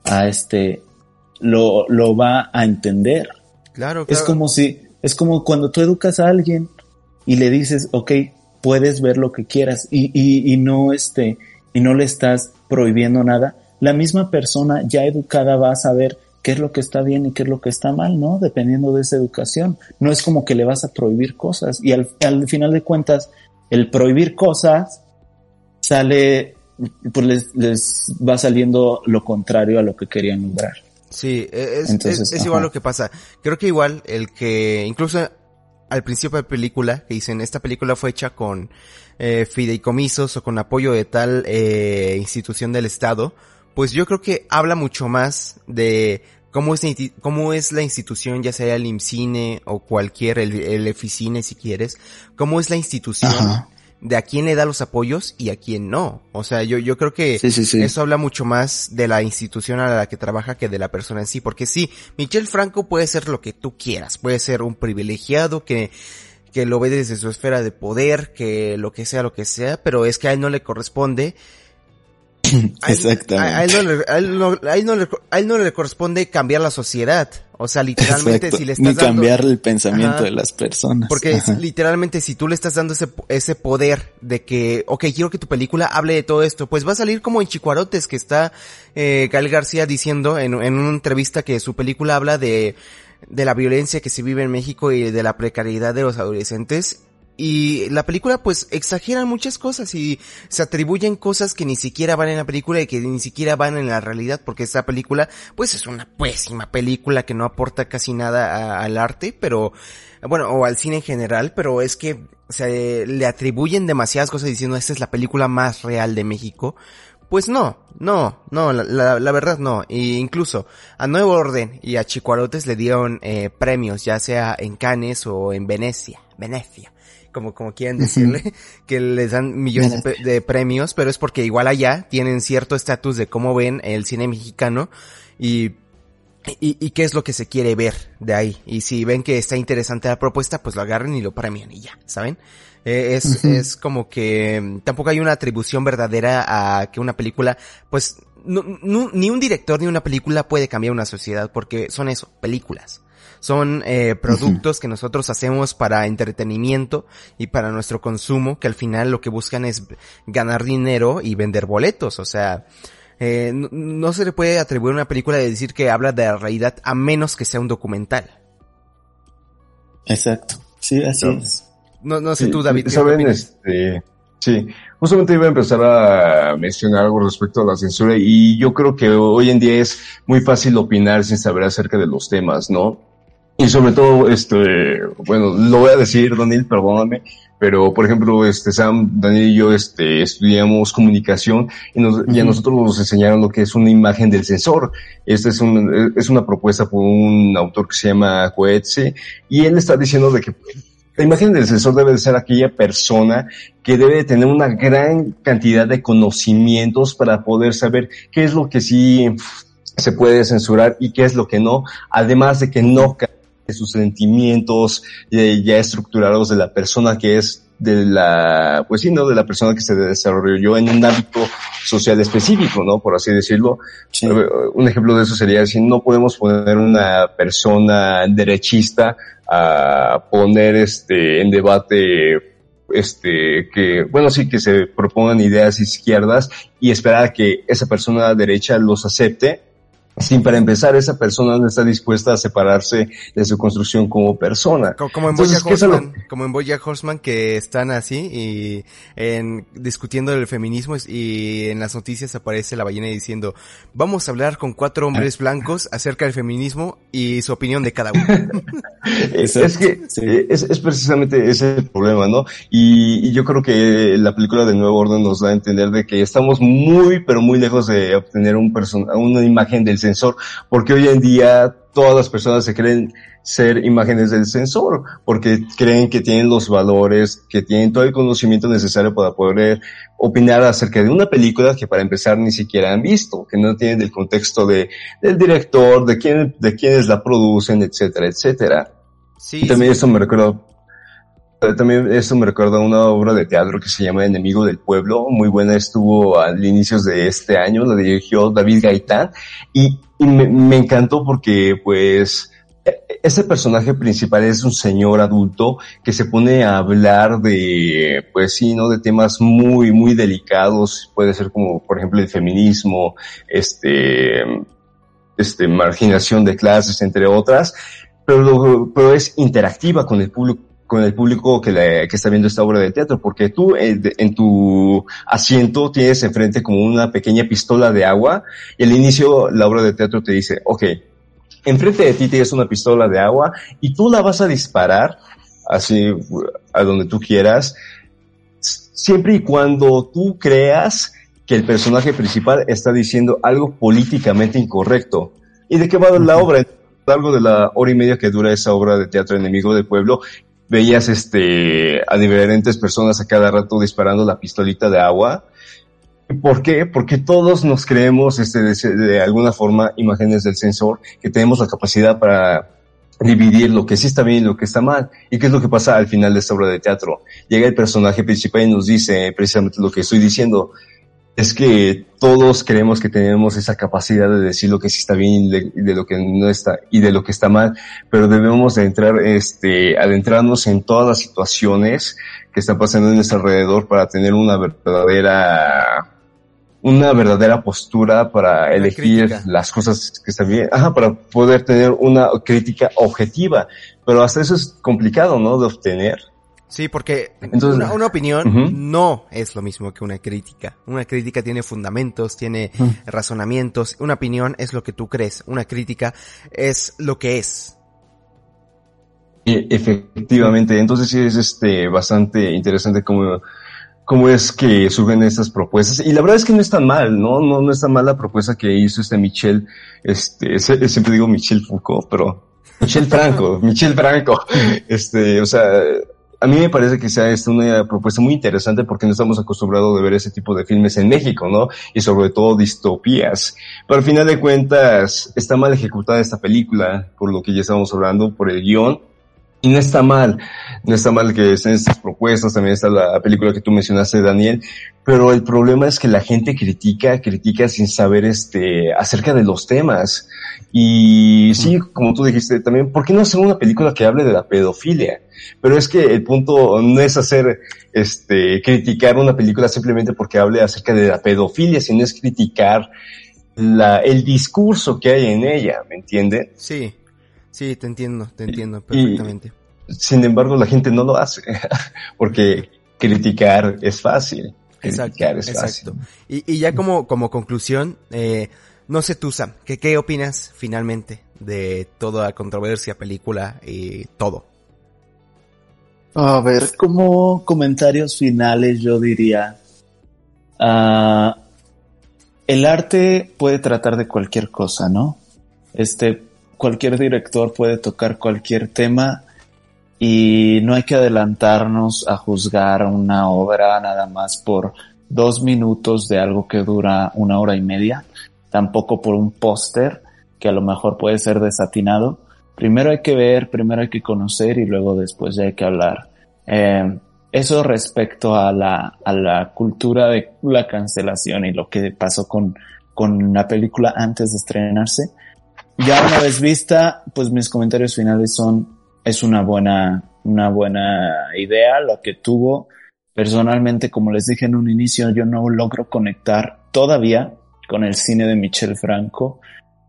lo va a entender. Claro. Es como cuando tú educas a alguien y le dices, okay, puedes ver lo que quieras y no le estás prohibiendo nada. La misma persona ya educada va a saber qué es lo que está bien y qué es lo que está mal, ¿no? Dependiendo de esa educación. No es como que le vas a prohibir cosas. Y al final de cuentas, el prohibir cosas sale, pues les va saliendo lo contrario a lo que querían lograr. Sí, es igual lo que pasa. Creo que igual el que, incluso al principio de la película, que dicen, esta película fue hecha con fideicomisos o con apoyo de tal institución del Estado, pues yo creo que habla mucho más de cómo es la institución, ya sea el IMCINE o cualquier, el EFICINE si quieres, cómo es la institución. Ajá. De a quién le da los apoyos y a quién no. O sea, yo creo que sí. Eso habla mucho más de la institución a la que trabaja que de la persona en sí. Porque sí, Michel Franco puede ser lo que tú quieras. Puede ser un privilegiado que lo ve desde su esfera de poder, que lo que sea, pero es que a él no le corresponde. Exactamente. A él no le corresponde cambiar la sociedad. O sea, literalmente si le estás dando... Ni cambiar el pensamiento de las personas. Porque literalmente si tú le estás dando ese poder de que, okay, quiero que tu película hable de todo esto, pues va a salir como en Chicuarotes, que está Gael García diciendo en una entrevista que su película habla de la violencia que se vive en México y de la precariedad de los adolescentes. Y la película pues exagera muchas cosas y se atribuyen cosas que ni siquiera van en la película y que ni siquiera van en la realidad, porque esta película pues es una pésima película que no aporta casi nada al arte, pero bueno, o al cine en general, pero es que le atribuyen demasiadas cosas diciendo esta es la película más real de México. Pues no, la verdad no. Y incluso a Nuevo Orden y a Chicuarotes le dieron premios, ya sea en Cannes o en Venecia, como quieran decirle, que les dan millones de premios, pero es porque igual allá tienen cierto estatus de cómo ven el cine mexicano y qué es lo que se quiere ver de ahí. Y si ven que está interesante la propuesta, pues lo agarran y lo premian y ya, ¿saben? Es como que tampoco hay una atribución verdadera a que una película, pues, ni un director ni una película puede cambiar una sociedad, porque son eso, películas. Son productos que nosotros hacemos para entretenimiento y para nuestro consumo, que al final lo que buscan es ganar dinero y vender boletos. O sea, no se le puede atribuir a una película de decir que habla de la realidad a menos que sea un documental. Exacto. Sí, así es. No sé tú, David. ¿Saben? Sí, justamente iba a empezar a mencionar algo respecto a la censura y yo creo que hoy en día es muy fácil opinar sin saber acerca de los temas, ¿no? Y sobre todo, bueno, lo voy a decir, Daniel, perdóname, pero por ejemplo, Sam, Daniel y yo, estudiamos comunicación y a nosotros nos enseñaron lo que es una imagen del sensor. Esta es una propuesta por un autor que se llama Coetzee y él está diciendo de que la imagen del sensor debe de ser aquella persona que debe de tener una gran cantidad de conocimientos para poder saber qué es lo que sí se puede censurar y qué es lo que no, además de que no de sus sentimientos ya estructurados de la persona que es de la persona que se desarrolló en un ámbito social específico, ¿no? Por así decirlo. Sí. Un ejemplo de eso sería decir, no podemos poner una persona derechista a poner en debate que se propongan ideas izquierdas y esperar a que esa persona derecha los acepte. Sin para empezar, esa persona no está dispuesta a separarse de su construcción como persona. Como en BoJack Horseman, que están así discutiendo el feminismo y en las noticias aparece la ballena diciendo, vamos a hablar con 4 hombres blancos acerca del feminismo y su opinión de cada uno. Es que es precisamente ese el problema, ¿no? Y yo creo que la película de Nuevo Orden nos da a entender de que estamos muy, pero muy lejos de obtener una imagen del sensor, porque hoy en día todas las personas se creen ser imágenes del sensor, porque creen que tienen los valores, que tienen todo el conocimiento necesario para poder opinar acerca de una película que para empezar ni siquiera han visto, que no tienen el contexto del director, de quienes la producen, etcétera, etcétera. Sí, y también eso me recuerda. También esto me recuerda a una obra de teatro que se llama Enemigo del Pueblo, muy buena, estuvo al inicios de este año, la dirigió David Gaitán, y me encantó porque pues ese personaje principal es un señor adulto que se pone a hablar de, pues sí, ¿no? De temas muy, muy delicados, puede ser como, por ejemplo, el feminismo, marginación de clases, entre otras, pero es interactiva con el público que está viendo esta obra de teatro, porque tú en tu asiento tienes enfrente como una pequeña pistola de agua, y al inicio la obra de teatro te dice, okay, enfrente de ti tienes una pistola de agua y tú la vas a disparar así a donde tú quieras, siempre y cuando tú creas que el personaje principal está diciendo algo políticamente incorrecto. ¿Y de qué va la obra? A lo largo de la hora y media que dura esa obra de teatro Enemigo del Pueblo, veías a diferentes personas a cada rato disparando la pistolita de agua. ¿Por qué? Porque todos nos creemos de alguna forma imágenes del sensor, que tenemos la capacidad para dividir lo que sí está bien y lo que está mal. ¿Y qué es lo que pasa al final de esta obra de teatro? Llega el personaje principal y nos dice precisamente lo que estoy diciendo. Es que todos creemos que tenemos esa capacidad de decir lo que sí está bien y de lo que no está, y de lo que está mal, pero debemos de adentrarnos en todas las situaciones que están pasando en nuestro alrededor para tener una verdadera postura para elegir las cosas que están bien, para poder tener una crítica objetiva, pero hasta eso es complicado, ¿no? De obtener. Sí, porque entonces, una opinión no es lo mismo que una crítica. Una crítica tiene fundamentos, tiene razonamientos. Una opinión es lo que tú crees. Una crítica es lo que es. Efectivamente. Entonces sí es bastante interesante cómo es que surgen estas propuestas. Y la verdad es que no es tan mal, ¿no? No es tan mal la propuesta que hizo Michel, siempre digo Michel Foucault, pero Michel Franco. O sea, a mí me parece que sea una propuesta muy interesante porque no estamos acostumbrados de ver ese tipo de filmes en México, ¿no? Y sobre todo distopías. Pero al final de cuentas, está mal ejecutada esta película, por lo que ya estábamos hablando, por el guión. Y no está mal que estén estas propuestas, también está la película que tú mencionaste, Daniel, pero el problema es que la gente critica sin saber acerca de los temas. Y sí, como tú dijiste también, ¿por qué no hacer una película que hable de la pedofilia? Pero es que el punto no es criticar una película simplemente porque hable acerca de la pedofilia, sino es criticar el discurso que hay en ella, ¿me entienden? Sí, te entiendo perfectamente. Sin embargo, la gente no lo hace, porque criticar es fácil. Exacto. Y ya como conclusión, no sé tú, Sam, ¿qué opinas finalmente de toda controversia, película y todo? A ver, como comentarios finales yo diría, el arte puede tratar de cualquier cosa, ¿no? Cualquier director puede tocar cualquier tema y no hay que adelantarnos a juzgar una obra nada más por 2 minutos de algo que dura 1 hora y media, tampoco por un póster que a lo mejor puede ser desatinado. Primero hay que ver, primero hay que conocer y luego después ya hay que hablar. Eso respecto a la cultura de la cancelación y lo que pasó con la película antes de estrenarse. Ya una vez vista, pues mis comentarios finales es una buena idea lo que tuvo. Personalmente, como les dije en un inicio, yo no logro conectar todavía con el cine de Michel Franco.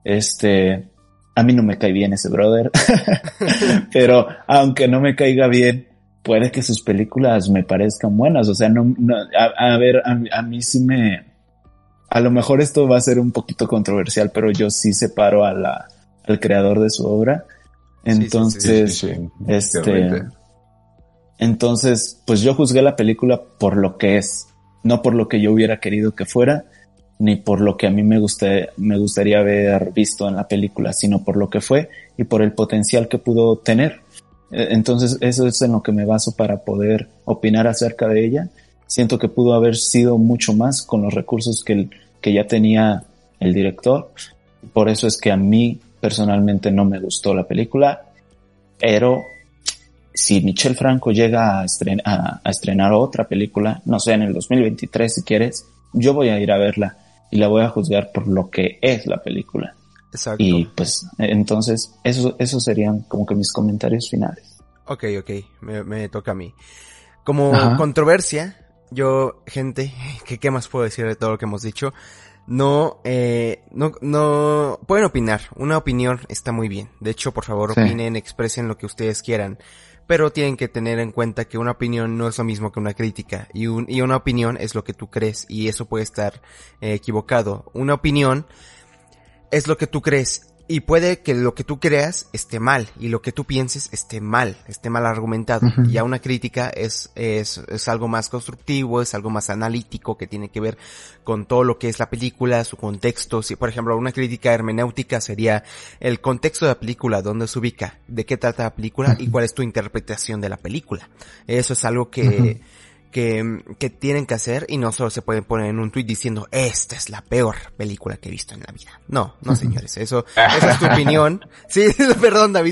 A mí no me cae bien ese brother, pero aunque no me caiga bien, puede que sus películas me parezcan buenas. O sea, a mí sí a lo mejor esto va a ser un poquito controversial, pero yo sí separo al creador de su obra. Entonces, entonces, pues yo juzgué la película por lo que es, no por lo que yo hubiera querido que fuera, ni por lo que a mí me gustaría haber visto en la película, sino por lo que fue y por el potencial que pudo tener. Entonces, eso es en lo que me baso para poder opinar acerca de ella. Siento que pudo haber sido mucho más con los recursos que ya tenía el director. Por eso es que a mí personalmente no me gustó la película, pero si Michel Franco llega a estrenar otra película, no sé, en el 2023 si quieres, yo voy a ir a verla y la voy a juzgar por lo que es la película. Exacto. Y pues, entonces, eso serían como que mis comentarios finales. Ok, me toca a mí. Como controversia, gente, ¿qué más puedo decir de todo lo que hemos dicho? No, pueden opinar. Una opinión está muy bien. De hecho, por favor, opinen, expresen lo que ustedes quieran. Pero tienen que tener en cuenta que una opinión no es lo mismo que una crítica. Y una opinión es lo que tú crees. Y eso puede estar equivocado. Una opinión es lo que tú crees. Y puede que lo que tú creas esté mal. Y lo que tú pienses esté mal argumentado. Uh-huh. Ya una crítica es algo más constructivo, es algo más analítico, que tiene que ver con todo lo que es la película, su contexto. Si, por ejemplo, una crítica hermenéutica sería el contexto de la película, dónde se ubica, de qué trata la película y cuál es tu interpretación de la película. Eso es algo que tienen que hacer, y no solo se pueden poner en un tweet diciendo esta es la peor película que he visto en la vida. No señores, esa es tu opinión. Sí, perdón David.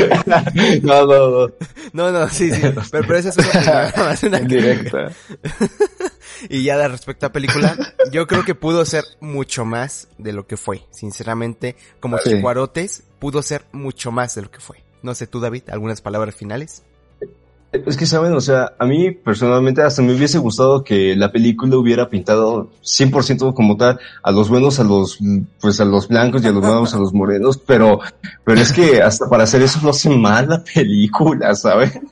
No, sí, pero esa es una opinión, más una directa. Y ya de respecto a la película, yo creo que pudo ser mucho más de lo que fue, sinceramente, como Chihuarotes, pudo ser mucho más de lo que fue. No sé tú, David, ¿algunas palabras finales? Es que, ¿saben? O sea, a mí personalmente hasta me hubiese gustado que la película hubiera pintado 100% como tal a los buenos, a los blancos, y a los malos, a los morenos, pero es que hasta para hacer eso lo hace mal la película, ¿saben?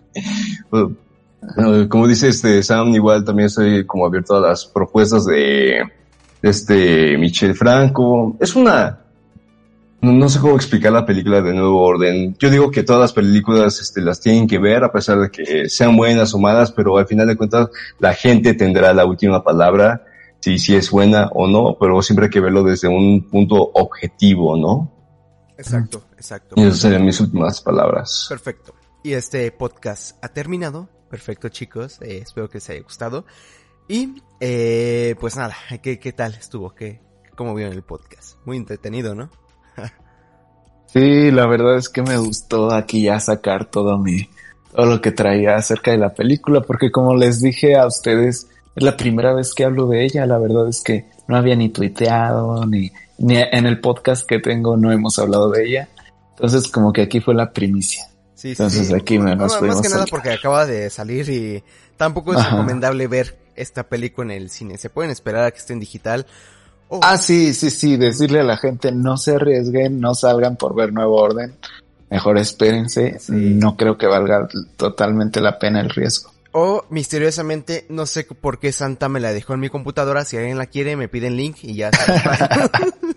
Como dice Sam, igual también estoy como abierto a las propuestas de Michel Franco. Es no sé cómo explicar la película de Nuevo Orden. Yo digo que todas las películas las tienen que ver, a pesar de que sean buenas o malas, pero al final de cuentas la gente tendrá la última palabra, si es buena o no, pero siempre hay que verlo desde un punto objetivo, ¿no? Exacto. Y esas serían mis últimas palabras. Perfecto. Y este podcast ha terminado. Perfecto, chicos. Espero que les haya gustado. Y, pues nada, ¿qué tal estuvo? ¿Cómo vieron el podcast? Muy entretenido, ¿no? Sí, la verdad es que me gustó aquí ya sacar todo lo que traía acerca de la película, porque como les dije a ustedes, es la primera vez que hablo de ella. La verdad es que no había ni tuiteado, ni en el podcast que tengo no hemos hablado de ella. Entonces como que aquí fue la primicia. Sí, entonces aquí nos fuimos. Más que nada porque acaba de salir y tampoco es recomendable ver esta película en el cine. Se pueden esperar a que esté en digital. Sí, decirle a la gente, no se arriesguen, no salgan por ver Nuevo Orden, mejor espérense, no creo que valga totalmente la pena el riesgo. O misteriosamente, no sé por qué Santa me la dejó en mi computadora, si alguien la quiere me piden link y ya está.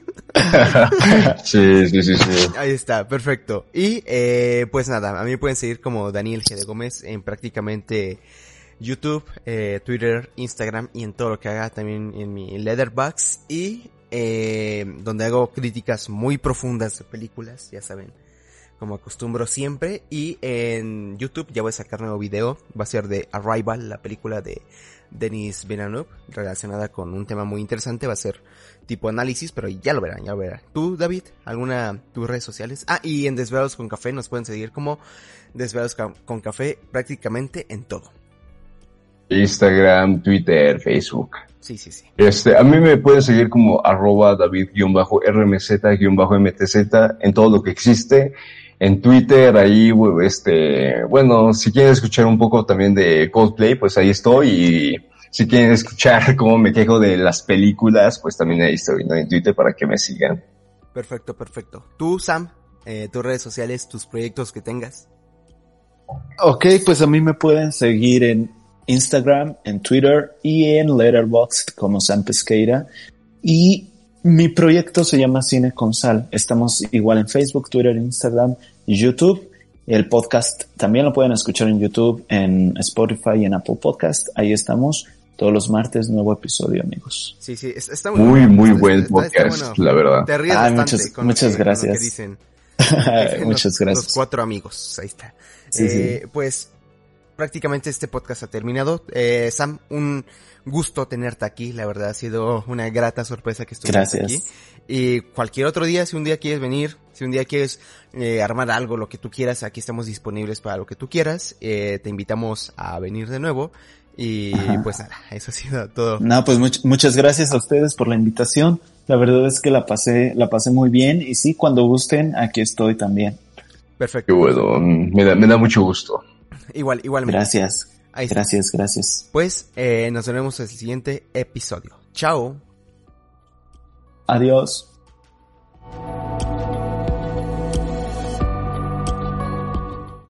Sí. Ahí está, perfecto. Y pues nada, a mí me pueden seguir como Daniel G. de Gómez en prácticamente YouTube, Twitter, Instagram y en todo lo que haga, también en mi Letterboxd, y donde hago críticas muy profundas de películas, ya saben, como acostumbro siempre. Y en YouTube ya voy a sacar nuevo video, va a ser de Arrival, la película de Denis Villeneuve, relacionada con un tema muy interesante. Va a ser tipo análisis, pero ya lo verán. ¿Tú, David? ¿Tus redes sociales? Y en Desvelados con Café nos pueden seguir como Desvelados con Café prácticamente en todo. Instagram, Twitter, Facebook. Sí. A mí me pueden seguir como @David_RMZ_MTZ en todo lo que existe. En Twitter, ahí, bueno, si quieren escuchar un poco también de Coldplay, pues ahí estoy. Y si quieren escuchar cómo me quejo de las películas, pues también ahí estoy, ¿no? En Twitter, para que me sigan. Perfecto. Tú, Sam, tus redes sociales, tus proyectos que tengas. Ok, pues a mí me pueden seguir en Instagram, en Twitter y en Letterboxd como Sam Pesqueira. Y mi proyecto se llama Cine con Sal. Estamos igual en Facebook, Twitter, Instagram y YouTube. El podcast también lo pueden escuchar en YouTube, en Spotify y en Apple Podcast. Ahí estamos todos los martes, nuevo episodio, amigos. Sí, está muy buen podcast, bueno. La verdad. Te ríes bastante muchas gracias. Con lo que dicen. Muchas gracias. Los 4 amigos, ahí está. Sí. Pues prácticamente este podcast ha terminado. Sam, un gusto tenerte aquí. La verdad ha sido una grata sorpresa que estuvieras aquí. Y cualquier otro día, si un día quieres venir, si un día quieres armar algo, lo que tú quieras, aquí estamos disponibles para lo que tú quieras. Te invitamos a venir de nuevo. Y pues nada, eso ha sido todo. No, pues muchas gracias a ustedes por la invitación. La verdad es que la pasé muy bien. Y sí, cuando gusten, aquí estoy también. Perfecto. Qué bueno, me da mucho gusto. Igualmente. Gracias. Ahí está. Gracias. Pues nos veremos en el siguiente episodio. Chao. Adiós.